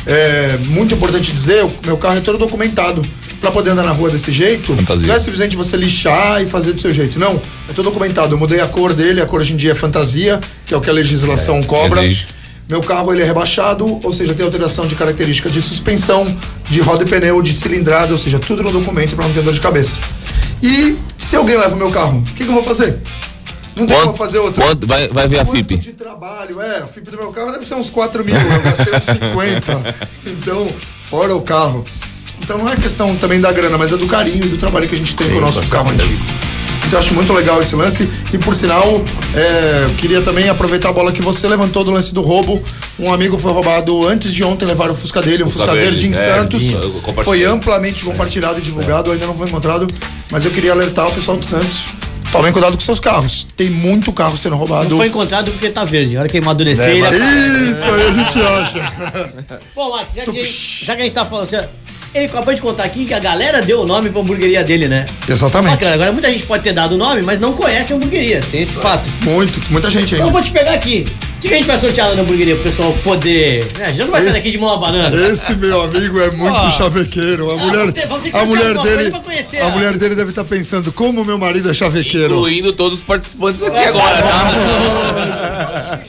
É muito importante dizer, o meu carro é todo documentado para poder andar na rua desse jeito. Fantasia. Não é simplesmente você lixar e fazer do seu jeito, não, é todo documentado. Eu mudei a cor dele, a cor hoje em dia é fantasia, que é o que a legislação cobra. Exige. Meu carro ele é rebaixado, ou seja, tem alteração de característica de suspensão, de roda e pneu, de cilindrada, ou seja, tudo no documento para não ter dor de cabeça. E se alguém leva o meu carro, o que eu vou fazer? Não tem como fazer outra. Vai ver a FIP? De trabalho, a FIP do meu carro deve ser uns 4 mil, eu gastei uns 50. Então, fora o carro. Então não é questão também da grana, mas é do carinho e do trabalho que a gente tem com o nosso carro antigo. Então eu acho muito legal esse lance. E por sinal, eu queria também aproveitar a bola que você levantou do lance do roubo. Um amigo foi roubado antes de ontem, levaram o Fusca dele, um Fusca verde em Santos. Foi amplamente compartilhado e divulgado, ainda não foi encontrado, mas eu queria alertar o pessoal de Santos. Tomem cuidado com seus carros. Tem muito carro sendo roubado. Não foi encontrado porque tá verde. A hora que amadurecer. Isso aí a gente acha. Bom, Max, já que a gente tá falando, ele acabou de contar aqui que a galera deu o nome pra hamburgueria dele, né? Exatamente. Bacana. Agora muita gente pode ter dado o nome, mas não conhece a hamburgueria. Tem esse fato. Muita gente aí. Então eu vou te pegar aqui. O que a gente vai sortear lá na hamburgueria pro pessoal poder. A gente não vai sair daqui de mão a banana. Esse meu amigo é muito chavequeiro. A mulher dele deve estar pensando como meu marido é chavequeiro. Incluindo todos os participantes aqui agora, tá?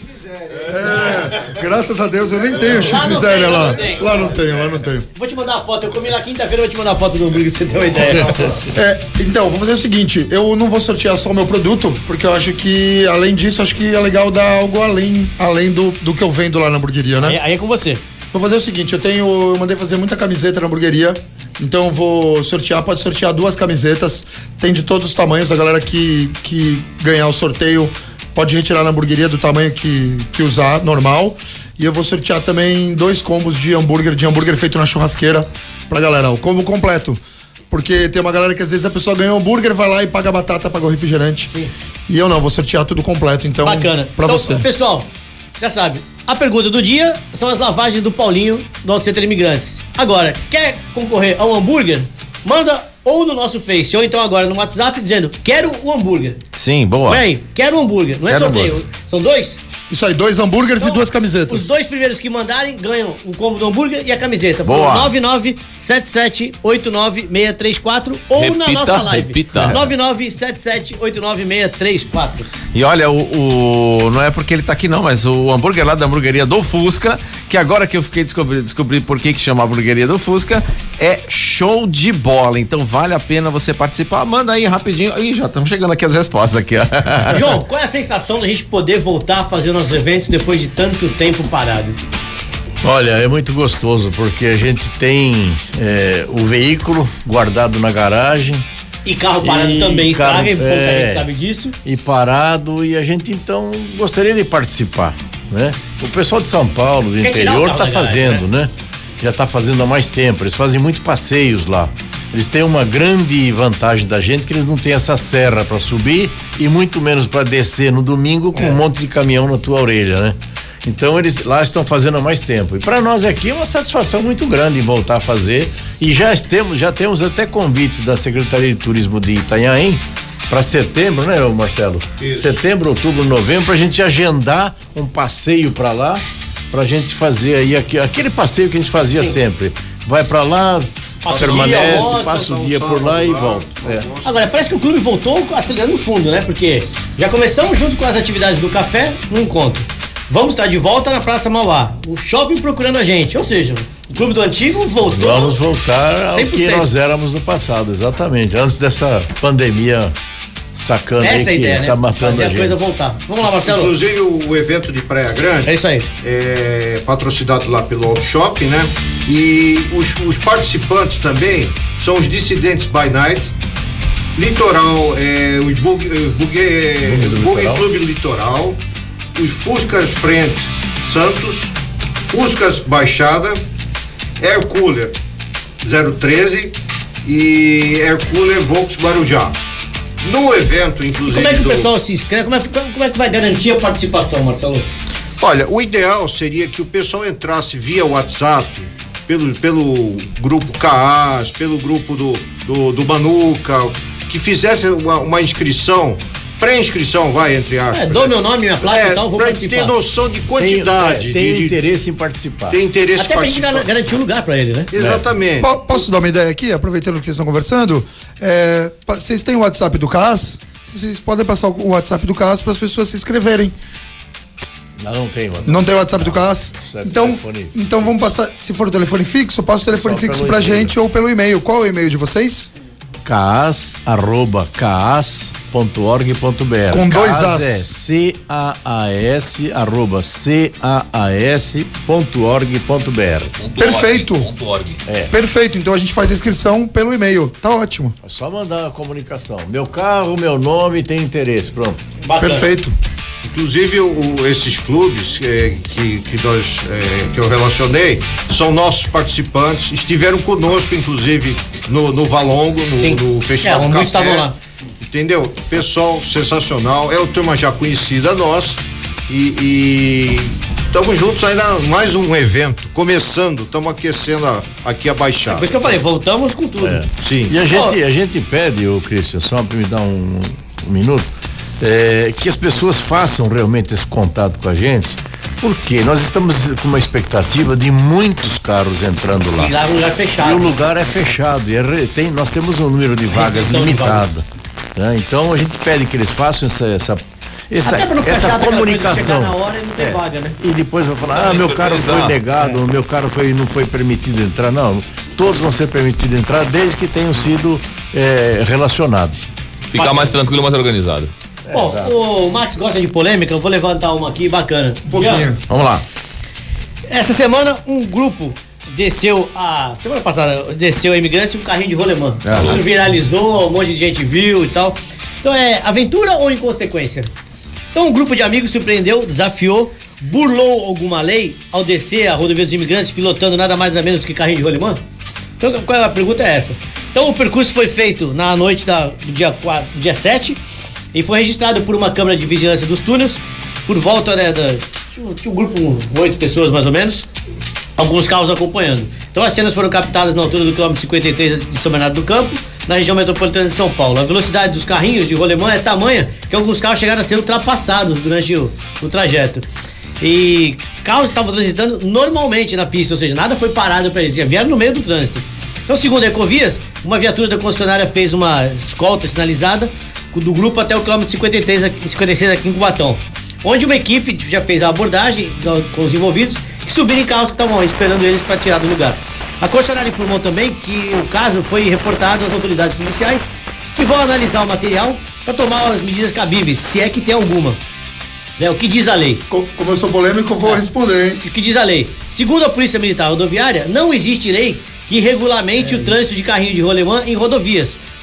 Graças a Deus eu nem tenho X-miséria lá. Lá não tenho. Vou te mandar a foto, eu comi lá quinta-feira, vou te mandar a foto do hambúrguer pra você ter uma ideia. Então, vou fazer o seguinte, eu não vou sortear só o meu produto, porque eu acho que, além disso, acho que é legal dar algo além do que eu vendo lá na hamburgueria, né? Aí é com você. Vou fazer o seguinte, eu mandei fazer muita camiseta na hamburgueria, então eu vou sortear, pode sortear 2 camisetas, tem de todos os tamanhos, a galera que ganhar o sorteio pode retirar na hamburgueria do tamanho que usar, normal. E eu vou sortear também 2 combos de hambúrguer feito na churrasqueira pra galera, o combo completo. Porque tem uma galera que às vezes a pessoa ganha um hambúrguer, vai lá e paga a batata, paga o refrigerante. Sim. E eu não, vou sortear tudo completo, então. Bacana. Pra você. Pessoal, já sabe, a pergunta do dia são as lavagens do Paulinho do Auto Center Imigrantes. Agora, quer concorrer a um hambúrguer? Manda ou no nosso Face, ou então agora no WhatsApp dizendo, quero um hambúrguer. Sim, boa. Bem, quero um hambúrguer, não é sorteio. São 2? Isso aí, 2 hambúrgueres e 2 camisetas. Os 2 primeiros que mandarem ganham o combo do hambúrguer e a camiseta. Boa. 997789634 ou Repita, na nossa live. repita. 997789634. E olha, não é porque ele tá aqui não, mas o hambúrguer lá da hamburgueria do Fusca, que agora que eu fiquei descobri por que chama a hamburgueria do Fusca, é show de bola. Então vale a pena você participar. Manda aí rapidinho. Ih, já estamos chegando aqui as respostas aqui, ó. João, qual é a sensação da gente poder voltar a fazer nossos eventos depois de tanto tempo parado? Olha, é muito gostoso porque a gente tem o veículo guardado na garagem. E carro parado também estraga, pouca gente sabe disso. E parado, e a gente então gostaria de participar, né? O pessoal de São Paulo, do interior, tá fazendo, né? Já tá fazendo há mais tempo, eles fazem muito passeios lá. Eles têm uma grande vantagem da gente, que eles não têm essa serra para subir e muito menos para descer no domingo com um monte de caminhão na tua orelha, né? Então eles lá estão fazendo há mais tempo. E para nós aqui é uma satisfação muito grande em voltar a fazer. E já temos até convite da Secretaria de Turismo de Itanhaém para setembro, né, Marcelo? Isso. Setembro, outubro, novembro, pra gente agendar um passeio para lá, pra gente fazer aí aquele passeio que a gente fazia sempre. Vai para lá, permanece, passa o dia por lá e volta. Agora, parece que o clube voltou acelerando no fundo, né? Porque já começamos junto com as atividades do café no encontro. Vamos estar de volta na Praça Mauá. O shopping procurando a gente. Ou seja, o clube do antigo voltou. Vamos voltar ao 100%. que nós éramos no passado, exatamente. Antes dessa pandemia sacana aí essa é a que ideia, tá né? matando Fazer a a gente. coisa voltar. Vamos lá, Marcelo. Inclusive o evento de Praia Grande. É isso aí. É patrocinado lá pelo Auto Shop, né? E os participantes também são os Dissidentes by Night, Litoral, os Bug Clube Litoral, os Fuscas Frentes Santos, Fuscas Baixada, Air Cooler 013 e Air Cooler Volks Guarujá. No evento, inclusive. Como é que o pessoal se inscreve? Como é que vai garantir a participação, Marcelo? Olha, o ideal seria que o pessoal entrasse via WhatsApp, pelo grupo CAAS, pelo grupo do Manuca, que fizesse uma inscrição, pré-inscrição, entre aspas. Dou meu nome, minha placa e tal, vou participar. Ter noção de quantidade. Tem interesse em participar. Tem interesse até pra gente garantir um lugar pra ele, né? Exatamente. Posso dar uma ideia aqui, aproveitando que vocês estão conversando? Vocês têm o WhatsApp do CAS? Vocês podem passar o WhatsApp do CAS para as pessoas se inscreverem. Não tem WhatsApp. Não tem o WhatsApp do CAS? Então vamos passar, se for o telefone fixo, passa o telefone fixo pra gente ou pelo e-mail. Qual é o e-mail de vocês? caas@caas.org.br. Com dois CAAS As. é caas@caas.org.br. Perfeito. .org. Perfeito, então a gente faz a inscrição pelo e-mail. Tá ótimo. É só mandar a comunicação. Meu carro, meu nome, tem interesse. Pronto. Bacana. Perfeito. Inclusive esses clubes que eu relacionei são nossos participantes, estiveram conosco inclusive no Valongo, no Festival do Café. Estavam lá. Entendeu? Pessoal sensacional, é uma turma já conhecida nossa e estamos juntos ainda mais um evento, começando, estamos aquecendo aqui a Baixada. Por isso que eu falei, voltamos com tudo. Sim. E a gente pede, ô Cristian, só para me dar um minuto, que as pessoas façam realmente esse contato com a gente, porque nós estamos com uma expectativa de muitos carros entrando lá. E lá é um lugar fechado. E o lugar é fechado, nós temos um número de vagas limitado. Né? Então a gente pede que eles façam essa comunicação. Na hora e não tem vaga, né? E depois vai falar, meu carro foi negado, meu carro não foi permitido entrar. Não, todos vão ser permitidos entrar desde que tenham sido relacionados. Ficar mais tranquilo, mais organizado. Bom, o Max gosta de polêmica, eu vou levantar uma aqui bacana. Um pouquinho. Vamos lá. Essa semana um grupo semana passada desceu a imigrante um carrinho de rolemã. Isso viralizou, um monte de gente viu e tal. Então aventura ou inconsequência? Então um grupo de amigos surpreendeu, desafiou, burlou alguma lei ao descer a rodovia dos imigrantes pilotando nada mais nada menos do que carrinho de rolemã? Então a pergunta é essa. Então o percurso foi feito na noite do dia 7 e foi registrado por uma câmera de vigilância dos túneis por volta, né, tinha um grupo, 8 pessoas mais ou menos, alguns carros acompanhando. Então as cenas foram captadas na altura do quilômetro 53 de São Bernardo do Campo, na região metropolitana de São Paulo. A velocidade dos carrinhos de rolemã é tamanha que alguns carros chegaram a ser ultrapassados durante o trajeto. E carros estavam transitando normalmente na pista, ou seja, nada foi parado para eles, vieram no meio do trânsito. Então, segundo a Ecovias, uma viatura da concessionária fez uma escolta sinalizada do grupo até o quilômetro 56 aqui em Cubatão, onde uma equipe já fez a abordagem com os envolvidos que subiram em carros que estavam esperando eles para tirar do lugar. A concessionária informou também que o caso foi reportado às autoridades policiais, que vão analisar o material para tomar as medidas cabíveis, se é que tem alguma. O que diz a lei? Como eu sou polêmico, eu vou responder, hein? O que diz a lei? Segundo a Polícia Militar Rodoviária, não existe lei que regulamente o trânsito de carrinho de rolemã em rodovias,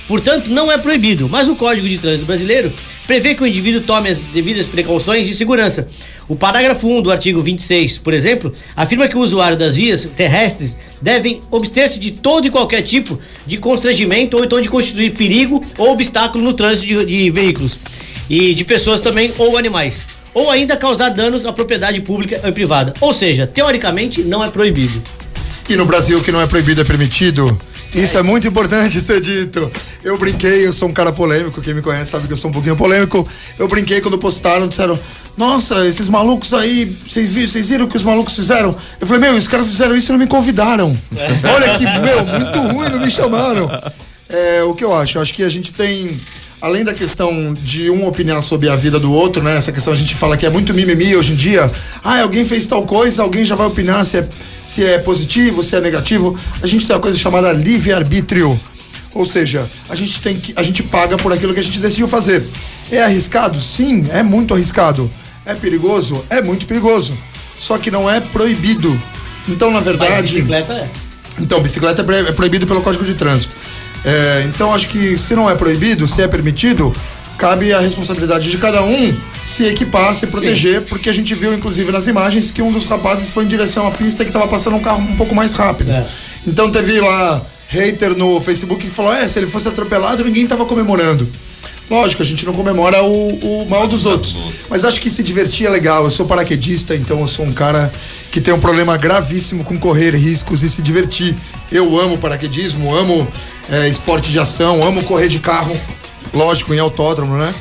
Portanto, não é proibido, mas o Código de Trânsito Brasileiro prevê que o indivíduo tome as devidas precauções de segurança. O parágrafo 1 do artigo 26, por exemplo, afirma que o usuário das vias terrestres devem abster-se de todo e qualquer tipo de constrangimento ou então de constituir perigo ou obstáculo no trânsito de veículos e de pessoas também ou animais, ou ainda causar danos à propriedade pública ou privada. Ou seja, teoricamente não é proibido. E no Brasil, o que não é proibido é permitido? Isso é muito importante ser dito. Eu brinquei, eu sou um cara polêmico, quem me conhece sabe que eu sou um pouquinho polêmico. Eu brinquei quando postaram, disseram: nossa, esses malucos aí, vocês viram o que os malucos fizeram? Eu falei: meu, os caras fizeram isso e não me convidaram. Olha que, muito ruim, não me chamaram. O que eu acho que a gente tem, além da questão de um opinar sobre a vida do outro, né? Essa questão a gente fala que é muito mimimi hoje em dia. Alguém fez tal coisa, alguém já vai opinar se é positivo, se é negativo. A gente tem uma coisa chamada livre-arbítrio. Ou seja, a gente paga por aquilo que a gente decidiu fazer. É arriscado? Sim, é muito arriscado. É perigoso? É muito perigoso. Só que não é proibido. Então, na verdade... Mas bicicleta é. Então, bicicleta é proibido pelo Código de Trânsito. Então, acho que se não é proibido, se é permitido, cabe a responsabilidade de cada um se equipar, se proteger. Sim. Porque a gente viu, inclusive, nas imagens que um dos rapazes foi em direção à pista que estava passando um carro um pouco mais rápido. Então, teve lá hater no Facebook que falou: se ele fosse atropelado, ninguém estava comemorando. Lógico, a gente não comemora o mal dos outros, mas acho que se divertir é legal. Eu sou paraquedista, então eu sou um cara que tem um problema gravíssimo com correr riscos e se divertir. Eu amo paraquedismo, amo esporte de ação, amo correr de carro, lógico, em autódromo, né?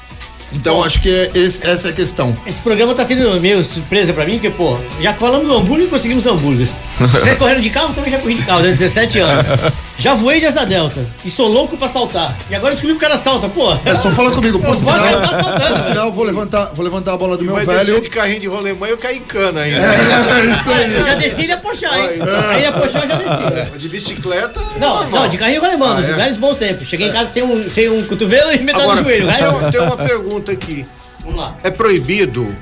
Então acho que essa é a questão. Esse programa tá sendo meio surpresa pra mim, porque, pô, já falamos do hambúrguer e conseguimos hambúrgueres. Você correndo de carro, também já corri de carro, 17 anos. Já voei de asa delta e sou louco pra saltar. E agora descobri que o cara salta, pô. Só fala comigo, por sinal, vou levantar a bola do meu velho. Vai descer de carrinho de rolemã e eu caí em cana ainda. Isso aí. Eu já desci e ia puxar, hein? Aí ia puxar, eu já desci. De bicicleta... Não, de carrinho de rolemã, nos velhos bons tempos. Cheguei em casa sem um cotovelo e metade do joelho. Tem uma pergunta aqui. Vamos lá. É proibido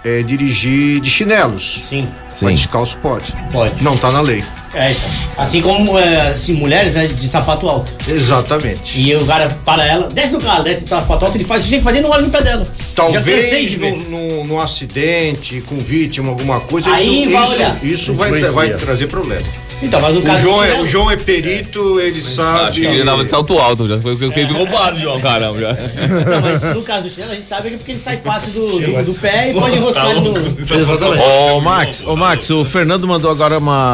dirigir de chinelos? Sim. Mas descalço pode? Pode. Não tá na lei. Então. Assim como mulheres, né, de sapato alto. Exatamente. E o cara para ela, desce do carro, desce do sapato alto, ele faz o que tem que fazer e não olha no pé dela. Talvez num acidente com vítima, alguma coisa, aí isso vai trazer problema. Então, mas o João é perito, ele sabe. Acho que ele andava de salto alto, já foi roubado, João, caramba. Já. Não, mas no caso do chinelo, a gente sabe que é porque ele sai fácil do pé e pode enroscar ele no. Exatamente. Ô Max, o Fernando mandou agora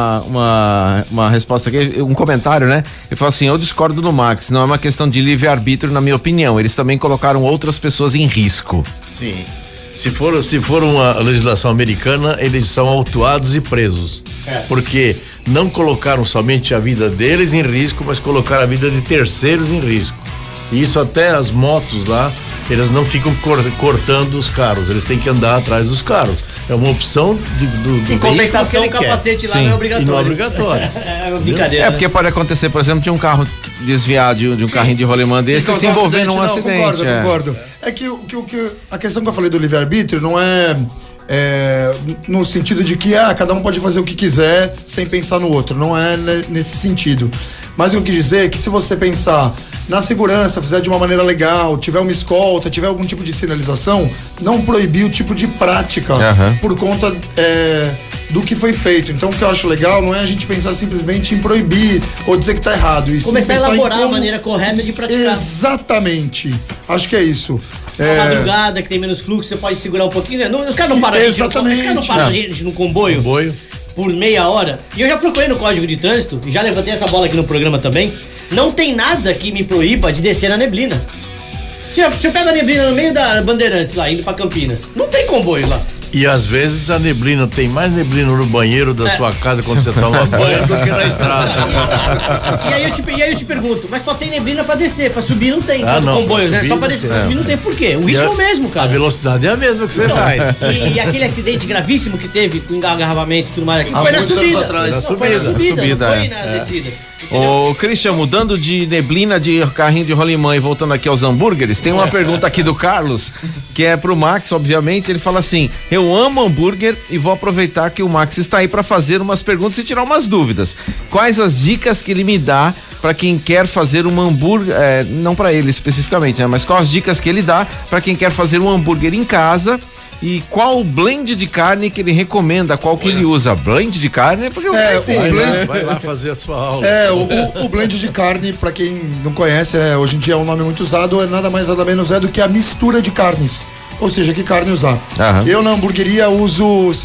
uma resposta aqui, um comentário, né? Ele falou assim: eu discordo do Max, não é uma questão de livre-arbítrio, na minha opinião. Eles também colocaram outras pessoas em risco. Sim. Se for uma legislação americana, eles são autuados e presos. Porque não colocaram somente a vida deles em risco, mas colocaram a vida de terceiros em risco. E isso até as motos lá, eles não ficam cortando os carros, eles têm que andar atrás dos carros. É uma opção do em compensação, o capacete lá não é obrigatório. Não é obrigatório. É brincadeira. Porque pode acontecer, por exemplo, de um carro desviar de um carrinho de rolemã desse e se envolver num acidente. Concordo. É que a questão que eu falei do livre-arbítrio não é no sentido de que cada um pode fazer o que quiser sem pensar no outro. Não é nesse sentido. Mas o que eu quis dizer é que se você pensar na segurança, fizer de uma maneira legal, tiver uma escolta, tiver algum tipo de sinalização, não proibir o tipo de prática por conta do que foi feito. Então o que eu acho legal não é a gente pensar simplesmente em proibir ou dizer que tá errado. E começar a elaborar a maneira correta de praticar. Exatamente. Acho que é isso. Na madrugada, que tem menos fluxo, você pode segurar um pouquinho, né? Os caras não param a gente no comboio por meia hora. E eu já procurei no Código de Trânsito, e já levantei essa bola aqui no programa também. Não tem nada que me proíba de descer na neblina. Se eu pego a neblina no meio da Bandeirantes lá, indo pra Campinas, não tem comboio lá. E às vezes a neblina, tem mais neblina no banheiro da sua casa quando você toma banho do que na estrada. E aí eu te pergunto, mas só tem neblina pra descer, pra subir não tem. Não, comboio, né? Só pra descer, pra subir não tem. Por quê? O risco é o mesmo, cara. A velocidade é a mesma que você faz. E aquele acidente gravíssimo que teve com engarrafamento e tudo mais aqui, foi na subida. Foi na subida, não foi na descida. Ô, Christian, mudando de neblina de carrinho de rolimã e voltando aqui aos hambúrgueres, tem uma pergunta aqui do Carlos, que é pro Max, obviamente. Ele fala assim: eu amo hambúrguer e vou aproveitar que o Max está aí para fazer umas perguntas e tirar umas dúvidas. Quais as dicas que ele me dá para quem quer fazer um hambúrguer, não para ele especificamente, né? Mas quais as dicas que ele dá para quem quer fazer um hambúrguer em casa? E qual o blend de carne que ele recomenda? Qual que ele usa? Blend de carne? Porque vai lá fazer a sua aula. O blend de carne, pra quem não conhece, hoje em dia é um nome muito usado, nada mais nada menos do que a mistura de carnes. Ou seja, que carne usar. Eu na hamburgueria uso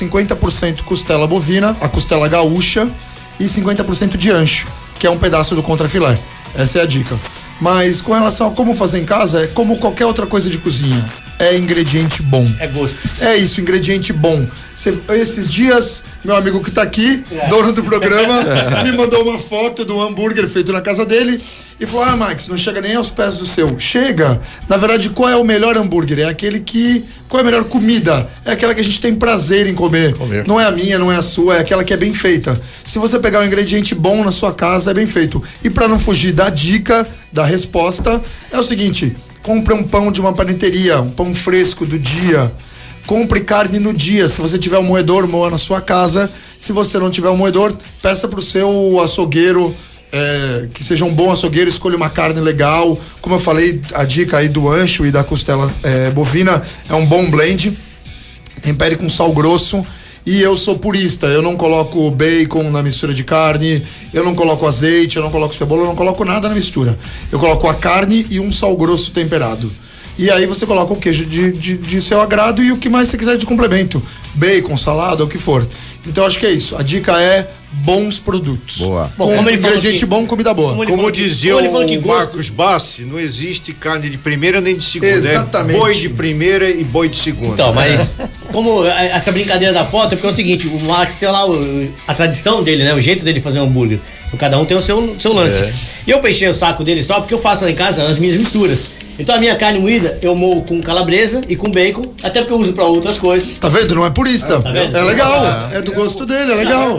50% costela bovina, a costela gaúcha, e 50% de ancho, que é um pedaço do contrafilé. Essa é a dica. Mas com relação a como fazer em casa, é como qualquer outra coisa de cozinha. É ingrediente bom. É gosto. É isso, ingrediente bom. Esses dias, meu amigo que tá aqui, dono do programa, me mandou uma foto do hambúrguer feito na casa dele e falou: Max, não chega nem aos pés do seu. Chega. Na verdade, qual é o melhor hambúrguer? É aquele que... Qual é a melhor comida? É aquela que a gente tem prazer em comer. Não é a minha, não é a sua, é aquela que é bem feita. Se você pegar um ingrediente bom na sua casa, é bem feito. E pra não fugir da dica, da resposta, é o seguinte: compre um pão de uma paneteria, um pão fresco do dia. Compre carne no dia. Se você tiver um moedor, moa na sua casa. Se você não tiver um moedor, peça pro seu açougueiro, que seja um bom açougueiro, escolha uma carne legal. Como eu falei, a dica aí do ancho e da costela bovina é um bom blend. Tempere com sal grosso. E eu sou purista, eu não coloco bacon na mistura de carne, eu não coloco azeite, eu não coloco cebola, eu não coloco nada na mistura. Eu coloco a carne e um sal grosso temperado. E aí você coloca o queijo de seu agrado e o que mais você quiser de complemento. Bacon, salada, o que for. Então acho que é isso. A dica é bons produtos. Boa. Bom, como ingrediente bom, comida boa. Como dizia o Marcos Bassi, não existe carne de primeira nem de segunda. Exatamente. Boi de primeira e boi de segunda. Então, mas como essa brincadeira da foto, é porque é o seguinte: o Max tem lá a tradição dele, né? O jeito dele fazer um hambúrguer. Então, cada um tem o seu lance. E eu peixei o saco dele só porque eu faço lá em casa as minhas misturas. Então a minha carne moída eu moo com calabresa e com bacon, até porque eu uso pra outras coisas. Tá vendo? Não é purista. Tá vendo? É legal. É do gosto dele, é legal.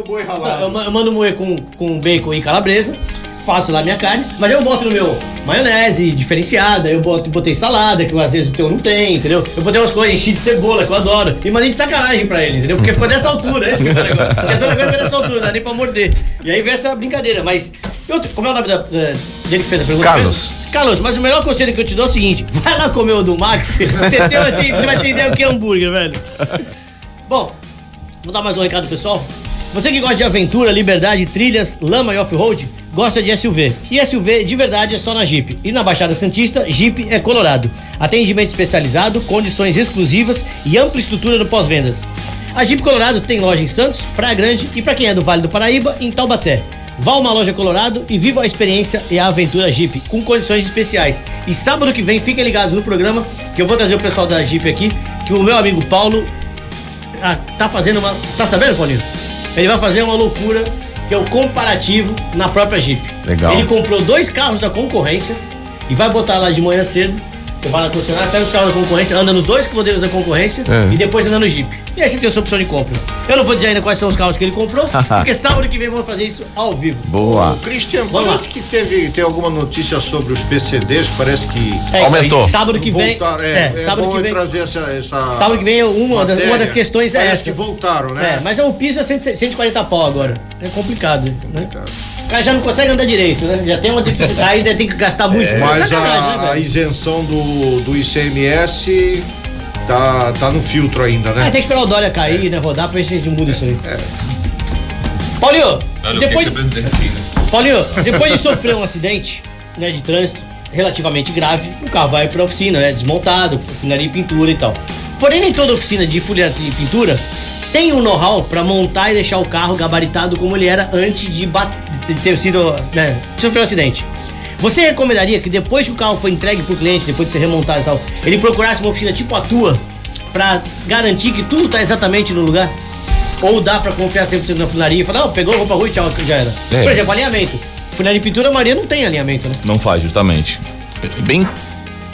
Eu mando moer com bacon e calabresa, faço lá minha carne, mas eu boto no meu maionese diferenciada, eu botei salada, que às vezes o teu não tem, entendeu? Eu botei umas coisas, enchi de cebola, que eu adoro, e mandei de sacanagem pra ele, entendeu? Porque ficou dessa altura, esse cara agora. Já tanta coisa dessa altura, não dá nem pra morder. E aí veio essa brincadeira, mas... como é o nome dele que fez a pergunta? Carlos, mas o melhor conselho que eu te dou é o seguinte: vai lá comer o do Max, você vai entender o que é hambúrguer, velho. Bom, vou dar mais um recado, pessoal. Você que gosta de aventura, liberdade, trilhas, lama e off-road, gosta de SUV. E SUV de verdade é só na Jeep. E na Baixada Santista, Jeep é Colorado. Atendimento especializado, condições exclusivas e ampla estrutura no pós-vendas. A Jeep Colorado tem loja em Santos, Praia Grande e, para quem é do Vale do Paraíba, em Taubaté. Vá a uma loja Colorado e viva a experiência e a aventura Jeep, com condições especiais. E sábado que vem, fiquem ligados no programa, que eu vou trazer o pessoal da Jeep aqui, que o meu amigo Paulo tá fazendo uma... Tá sabendo, Paulinho? Ele vai fazer uma loucura, que é o comparativo na própria Jeep. Legal. Ele comprou 2 carros da concorrência e vai botar lá de manhã cedo. Você vai na concessionária, pega os carros da concorrência, anda nos 2 modelos da concorrência e depois anda no Jeep. E aí você tem a sua opção de compra. Eu não vou dizer ainda quais são os carros que ele comprou, porque sábado que vem vamos fazer isso ao vivo. Boa. Christian, parece que tem alguma notícia sobre os PCDs, parece que aumentou. Sábado que vem. Sábado que vem trazer essa sábado que vem uma das questões é parece essa. que voltaram, né? Mas o piso é 140 pau agora. É complicado, né? O cara já não consegue andar direito, né? Já tem uma dificuldade, ainda tem que gastar muito. Mas a isenção do ICMS tá no filtro ainda, né? Tem que esperar o Dória cair, né? Rodar pra ver se a gente muda isso aí. Paulinho, depois de sofrer um acidente, né, de trânsito relativamente grave, o carro vai pra oficina, né? Desmontado, funilaria e pintura e tal. Porém, nem toda oficina de funilaria e pintura tem um know-how pra montar e deixar o carro gabaritado como ele era antes de ter sido, né, sofreu um acidente. Você recomendaria que depois que o carro foi entregue pro cliente, depois de ser remontado e tal, ele procurasse uma oficina tipo a tua pra garantir que tudo tá exatamente no lugar? Ou dá pra confiar 100% na funilaria e falar, não, pegou roupa ruim, tchau, já era. Por exemplo, alinhamento. Funilaria e pintura, a maioria não tem alinhamento, né? Não faz, justamente. Bem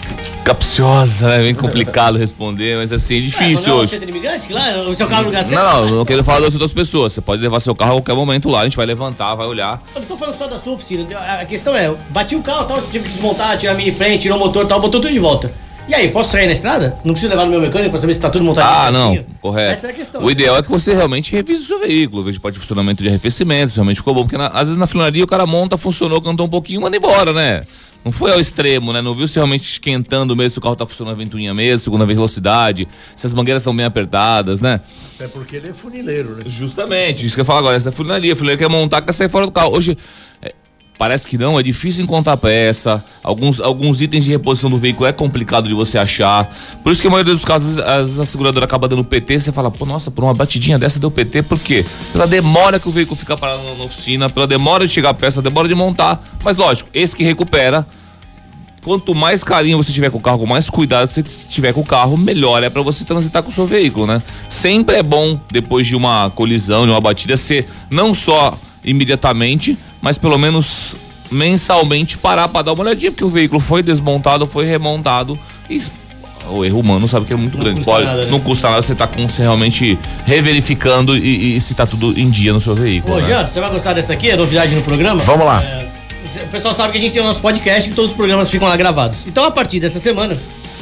capciosa, né? Bem complicado responder, mas assim, é difícil hoje. Centro imigrante, lá, o seu carro no lugar certo? Não quero falar das outras pessoas. Você pode levar seu carro a qualquer momento lá, a gente vai levantar, vai olhar. Eu não tô falando só da sua oficina. A questão é, bati o carro, tal, tive que desmontar, tirar a mini frente, tirou o motor, tal, botou tudo de volta. E aí, posso sair na estrada? Não preciso levar no meu mecânico pra saber se tá tudo montado. Ah, não, correto. Essa é a questão. O ideal é que você realmente revise o seu veículo, veja parte de funcionamento de arrefecimento, se realmente ficou bom, porque às vezes na funilaria o cara monta, funcionou, cantou um pouquinho, manda embora, né? Não foi ao extremo, né? Não viu se realmente esquentando mesmo, se o carro tá funcionando a ventoinha mesmo, segunda velocidade, se as mangueiras estão bem apertadas, né? Até porque ele é funileiro, né? Justamente, isso que eu falo agora, essa é a funilaria. A funilaria quer montar, quer sair fora do carro. Hoje, parece que não, é difícil encontrar peça, alguns itens de reposição do veículo é complicado de você achar. Por isso que a maioria dos casos, às vezes a seguradora acaba dando PT, você fala, pô, nossa, por uma batidinha dessa deu PT, por quê? Pela demora que o veículo fica parado na oficina, pela demora de chegar a peça, demora de montar. Mas lógico, esse que recupera, quanto mais carinho você tiver com o carro, com mais cuidado você tiver com o carro, melhor é para você transitar com o seu veículo, né? Sempre é bom, depois de uma colisão, de uma batida, ser não só imediatamente, mas pelo menos mensalmente parar para dar uma olhadinha, porque o veículo foi desmontado, foi remontado e o erro humano sabe que é muito grande. Não custa nada você tá realmente reverificando e se tá tudo em dia no seu veículo. Ô, Jean, você vai gostar dessa aqui, a novidade no programa? Vamos lá. O pessoal sabe que a gente tem o nosso podcast, que todos os programas ficam lá gravados. Então, a partir dessa semana,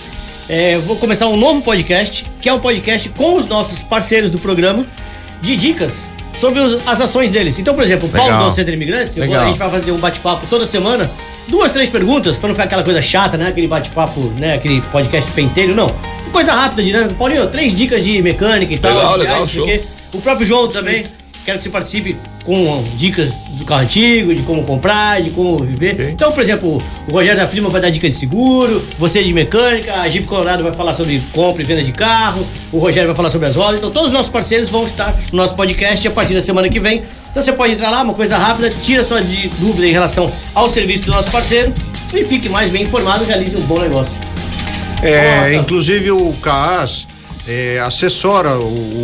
vou começar um novo podcast, que é um podcast com os nossos parceiros do programa, de dicas sobre as ações deles. Então, por exemplo, o Paulo do Centro Imigrantes, a gente vai fazer um bate-papo toda semana, 2, 3 perguntas, pra não ficar aquela coisa chata, né? Aquele bate-papo, né? Aquele podcast pentelho, não. Coisa rápida, dinâmica. Paulinho, 3 dicas de mecânica e tal. Legal, show. O próprio João também, quero que você participe com dicas do carro antigo, de como comprar, de como viver. Okay. Então, por exemplo, o Rogério da Flima vai dar dicas de seguro, você de mecânica, a Jeep Colorado vai falar sobre compra e venda de carro, o Rogério vai falar sobre as rodas. Então, todos os nossos parceiros vão estar no nosso podcast a partir da semana que vem. Então, você pode entrar lá, uma coisa rápida, tira sua dúvida em relação ao serviço do nosso parceiro e fique mais bem informado e realize um bom negócio. Inclusive o CAAS assessora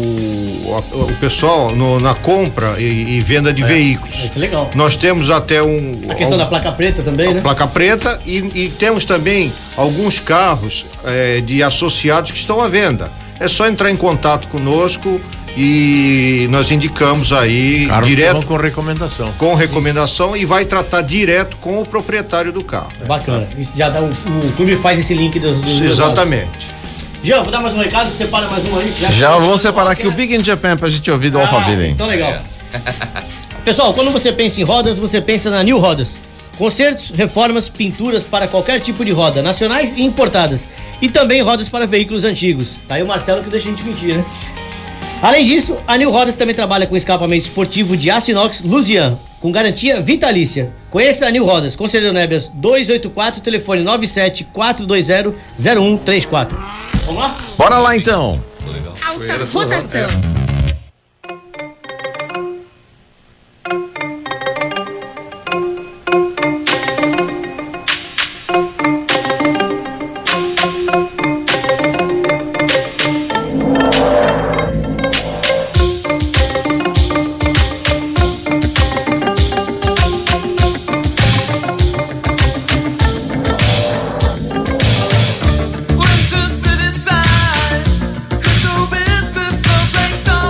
o pessoal na compra e venda de veículos. Isso é legal. Nós temos até a questão da placa preta também, né? Placa preta e temos também alguns carros de associados que estão à venda. É só entrar em contato conosco e nós indicamos aí direto com recomendação. Com recomendação e vai tratar direto com o proprietário do carro. Bacana. Isso já dá o clube faz esse link dos exatamente. Jean, vou dar mais um recado, separa mais um aí. Já vamos separar aqui o Big in Japan pra gente ouvir do Alphaville, hein? Então legal. Pessoal, quando você pensa em rodas, você pensa na New Rodas. Consertos, reformas, pinturas para qualquer tipo de roda, nacionais e importadas. E também rodas para veículos antigos. Tá aí o Marcelo que deixa a gente mentir, né? Além disso, a New Rodas também trabalha com escapamento esportivo de aço inox Lusian, com garantia vitalícia. Conheça a New Rodas, Conselheiro Nébias 284, telefone 974200134. Vamos lá? Bora lá então. Alta rotação. Winter city side, crystal bits and snowflakes on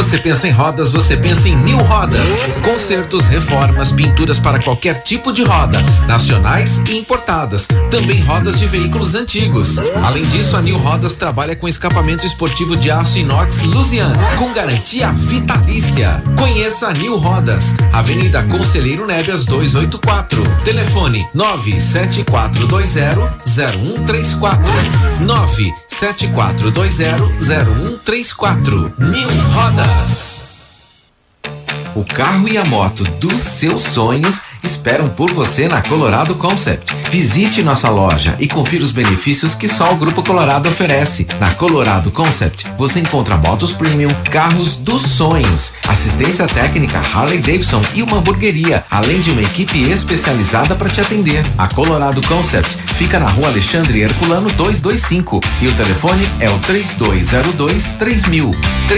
você pensa em rodas, você pensa em New Rodas. Consertos, reformas, pinturas para qualquer tipo de roda, nacionais e importadas. Também rodas de veículos antigos. Além disso, a New Rodas trabalha com escapamento esportivo de aço inox Lusian, com garantia vitalícia. Conheça a New Rodas, Avenida Conselheiro Nébias 284. Telefone 97420-0134. 97420-0134. New Rodas. O carro e a moto dos seus sonhos esperam por você na Colorado Concept. Visite nossa loja e confira os benefícios que só o Grupo Colorado oferece. Na Colorado Concept, você encontra motos premium, carros dos sonhos, assistência técnica Harley Davidson e uma hamburgueria, além de uma equipe especializada para te atender. A Colorado Concept fica na Rua Alexandre Herculano 225 e o telefone é o 3202-3000.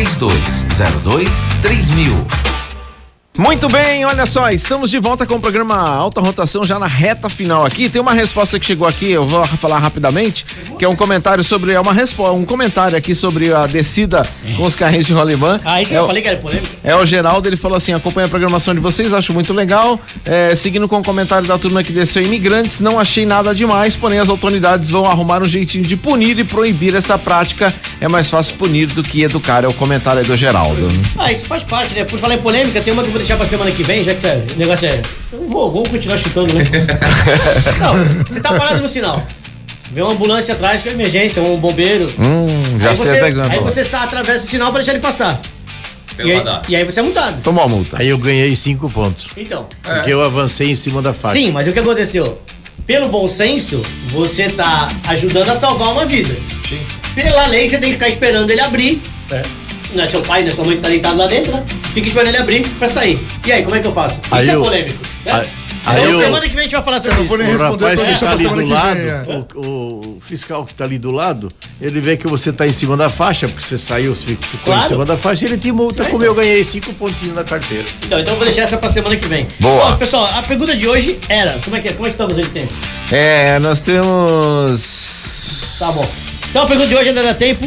3202-3000. Muito bem, olha só, estamos de volta com o programa Alta Rotação já na reta final aqui. Tem uma resposta que chegou aqui, eu vou falar rapidamente, que é um comentário sobre, um comentário aqui sobre a descida com os carrinhos de rolimã. Isso eu falei que era polêmico. É o Geraldo, ele falou assim: acompanha a programação de vocês, acho muito legal. Seguindo com o comentário da turma que desceu imigrantes, não achei nada demais, porém as autoridades vão arrumar um jeitinho de punir e proibir essa prática. É mais fácil punir do que educar, é o comentário aí do Geraldo. Isso faz parte, né? Por falar em polêmica, tem uma que eu vou deixar pra semana que vem, já que o negócio é... Eu vou continuar chutando, né? Não, você tá parado no sinal. Vê uma ambulância atrás com emergência, um bombeiro. Já sei até que aí você atravessa o sinal pra deixar ele passar. E aí você é multado. Tomou a multa. Aí eu ganhei 5 pontos. Então. Porque eu avancei em cima da faixa. Sim, mas o que aconteceu? Pelo bom senso, você tá ajudando a salvar uma vida. Sim. Pela lei, você tem que ficar esperando ele abrir. Não é seu pai, não é sua mãe que tá deitado lá dentro, né? Fica esperando ele abrir pra sair. E aí, como é que eu faço? Isso é polêmico, certo? Semana que vem a gente vai falar sobre isso. Eu não vou nem responder, o rapaz que tá ali do lado, o fiscal que tá ali do lado, ele vê que você tá em cima da faixa, porque você saiu, ficou em cima da faixa, ele te multa, como eu ganhei 5 pontinhos na carteira. Então eu vou deixar essa pra semana que vem. Boa. Bom, pessoal, a pergunta de hoje era, como é que estamos aí de tempo? Nós temos... Tá bom. Então a pergunta de hoje ainda dá tempo.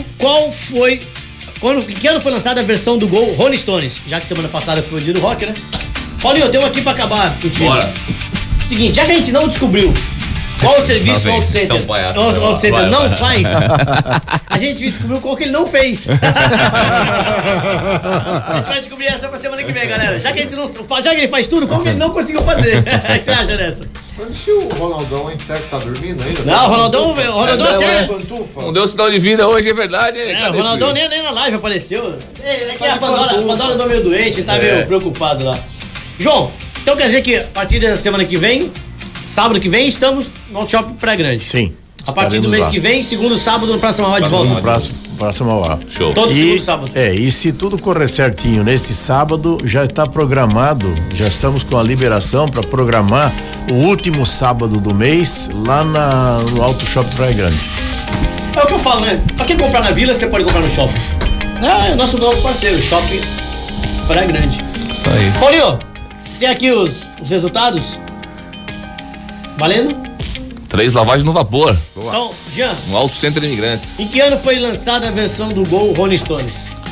Em que ano foi lançada a versão do Gol Rolling Stones? Já que semana passada foi o dia do rock, né? Paulinho, eu tenho aqui pra acabar contigo. Bora. Seguinte, já que a gente não descobriu qual o serviço que o Auto Center não faz, a gente descobriu qual que ele não fez. A gente vai descobrir essa pra semana que vem, galera. Já que a gente não faz, já que ele faz tudo, como que ele não conseguiu fazer? O que você acha dessa? Mas se o Ronaldão, hein? Será que tá dormindo ainda? Não, o Ronaldão até... Não deu sinal de vida hoje, é verdade. O Ronaldão nem na live apareceu. É que a Pandora do meio doente, tá meio preocupado lá. João, então quer dizer que a partir da semana que vem, sábado que vem, estamos no Auto Shop Praia Grande. Sim. A partir do mês que vem, segundo sábado, no Praça Mauá de volta. No Praça Mauá. Show. Todo segundo sábado. E se tudo correr certinho, nesse sábado já está programado, já estamos com a liberação para programar o último sábado do mês lá no Auto Shop Praia Grande. É o que eu falo, né? Pra quem comprar na Vila, você pode comprar no shopping. É o nosso novo parceiro, Shopping Praia Grande. Isso aí. Paulinho, tem aqui os resultados. Valendo? 3 lavagens no vapor. Boa. Então, Jean. No Auto Center Imigrantes. Em que ano foi lançada a versão do Gol Rolling Stones?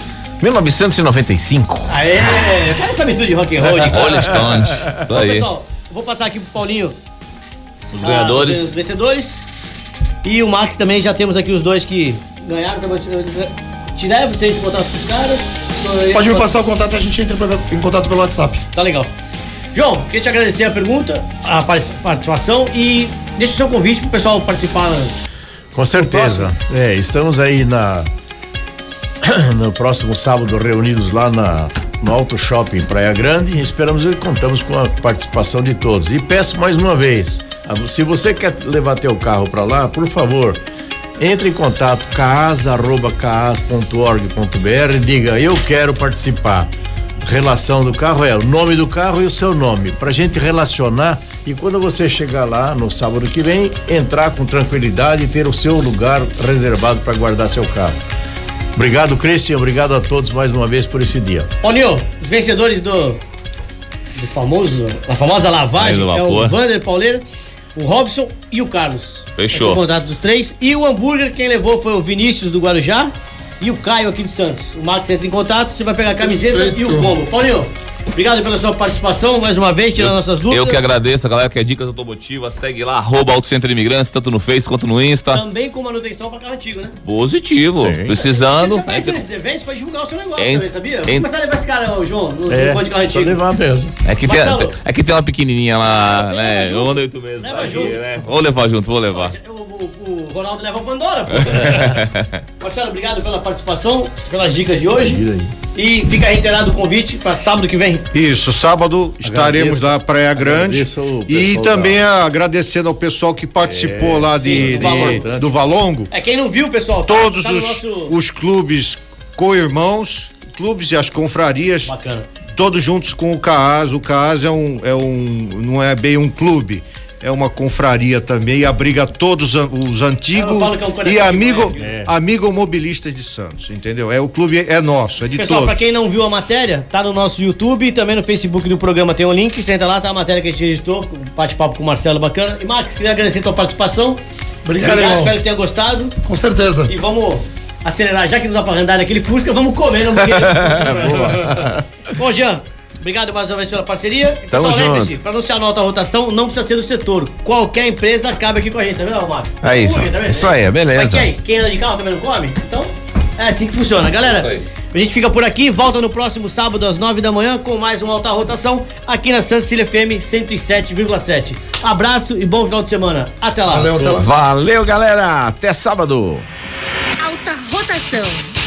1995. Aê, cara sabe tudo de rock and roll. Rolling Stones. Isso aí. Pessoal, vou passar aqui pro Paulinho Os ganhadores. Os vencedores. E o Max também, já temos aqui os dois que ganharam. Te levo, você botar os caras. Pode me passar o contato, a gente entra em contato pelo WhatsApp. Tá legal. João, queria te agradecer a pergunta, a participação e deixa o seu convite pro pessoal participar. Com certeza. Estamos aí no próximo sábado reunidos lá no Auto Shopping Praia Grande. Esperamos e contamos com a participação de todos. E peço mais uma vez, se você quer levar teu carro para lá, por favor, entre em contato caas@caas.org.br e diga: eu quero participar. Relação do carro é o nome do carro e o seu nome, pra gente relacionar, e quando você chegar lá no sábado que vem, entrar com tranquilidade e ter o seu lugar reservado para guardar seu carro. Obrigado, Christian, obrigado a todos mais uma vez por esse dia. Paulinho, os vencedores da famosa lavagem é o Vander Pauleira, o Robson e o Carlos. Fechou. O contato dos 3. E o hambúrguer, quem levou foi o Vinícius do Guarujá e o Caio aqui de Santos. O Marcos entra em contato, você vai pegar a camiseta Perfeito. e o combo. Paulinho, obrigado pela sua participação, mais uma vez, tirando nossas dúvidas. Eu que agradeço, a galera que é Dicas Automotivas, segue lá, @Autocentro Imigrantes, tanto no Face quanto no Insta. Também com manutenção para carro antigo, né? Positivo, precisando. Você aparece nesses eventos pra divulgar o seu negócio Em- também, sabia? Vou em- começar a levar esse cara, ô, João, no É, encontro de carro só antigo. levar mesmo. É que, Marcelo. tem uma pequenininha lá, Você né? leva junto. Eu ando tu mesmo. Leva tá aqui, junto. né? Vou levar junto, vou levar. O Ronaldo leva a Pandora, pô. Marcelo, obrigado pela participação, pelas dicas de hoje. E fica reiterado o convite para sábado que vem. Isso, sábado estaremos lá Praia Grande. Agradeço o E pessoal também agradecendo ao pessoal que participou lá do Valongo. É, quem não viu, pessoal, Todos tá no os, nosso... os clubes co-irmãos, clubes e as confrarias, Bacana. todos juntos com o CAAS. O CAAS não é bem um clube, é uma confraria também e abriga todos os antigos Eu falo que é um e coletivo, amigo mobilistas de Santos, entendeu? O clube é nosso, é de Pessoal, todos. pra quem não viu a matéria, tá no nosso YouTube e também no Facebook do programa tem um link, você entra lá, tá a matéria que a gente registrou, um bate-papo com o Marcelo bacana. E Marcos, queria agradecer a tua participação. Obrigado, irmão. Espero que tenha gostado. Com certeza. E vamos acelerar, já que não dá pra andar naquele Fusca, vamos comer, não porque... Bom, Jean, obrigado mais uma vez pela parceria. E, Tamo pessoal, lembre-se, junto. pra anunciar a alta rotação, não precisa ser do setor. Qualquer empresa cabe aqui com a gente, tá vendo, Marcos? É isso. Tá vendo? Isso aí, beleza. Mas quem anda de carro também não come? Então, é assim que funciona. Galera, a gente fica por aqui, volta no próximo sábado às 9 da manhã com mais uma alta rotação aqui na Santa Cecília FM 107,7. Abraço e bom final de semana. Até lá. Valeu, até lá. Valeu, galera. Até sábado. Alta rotação.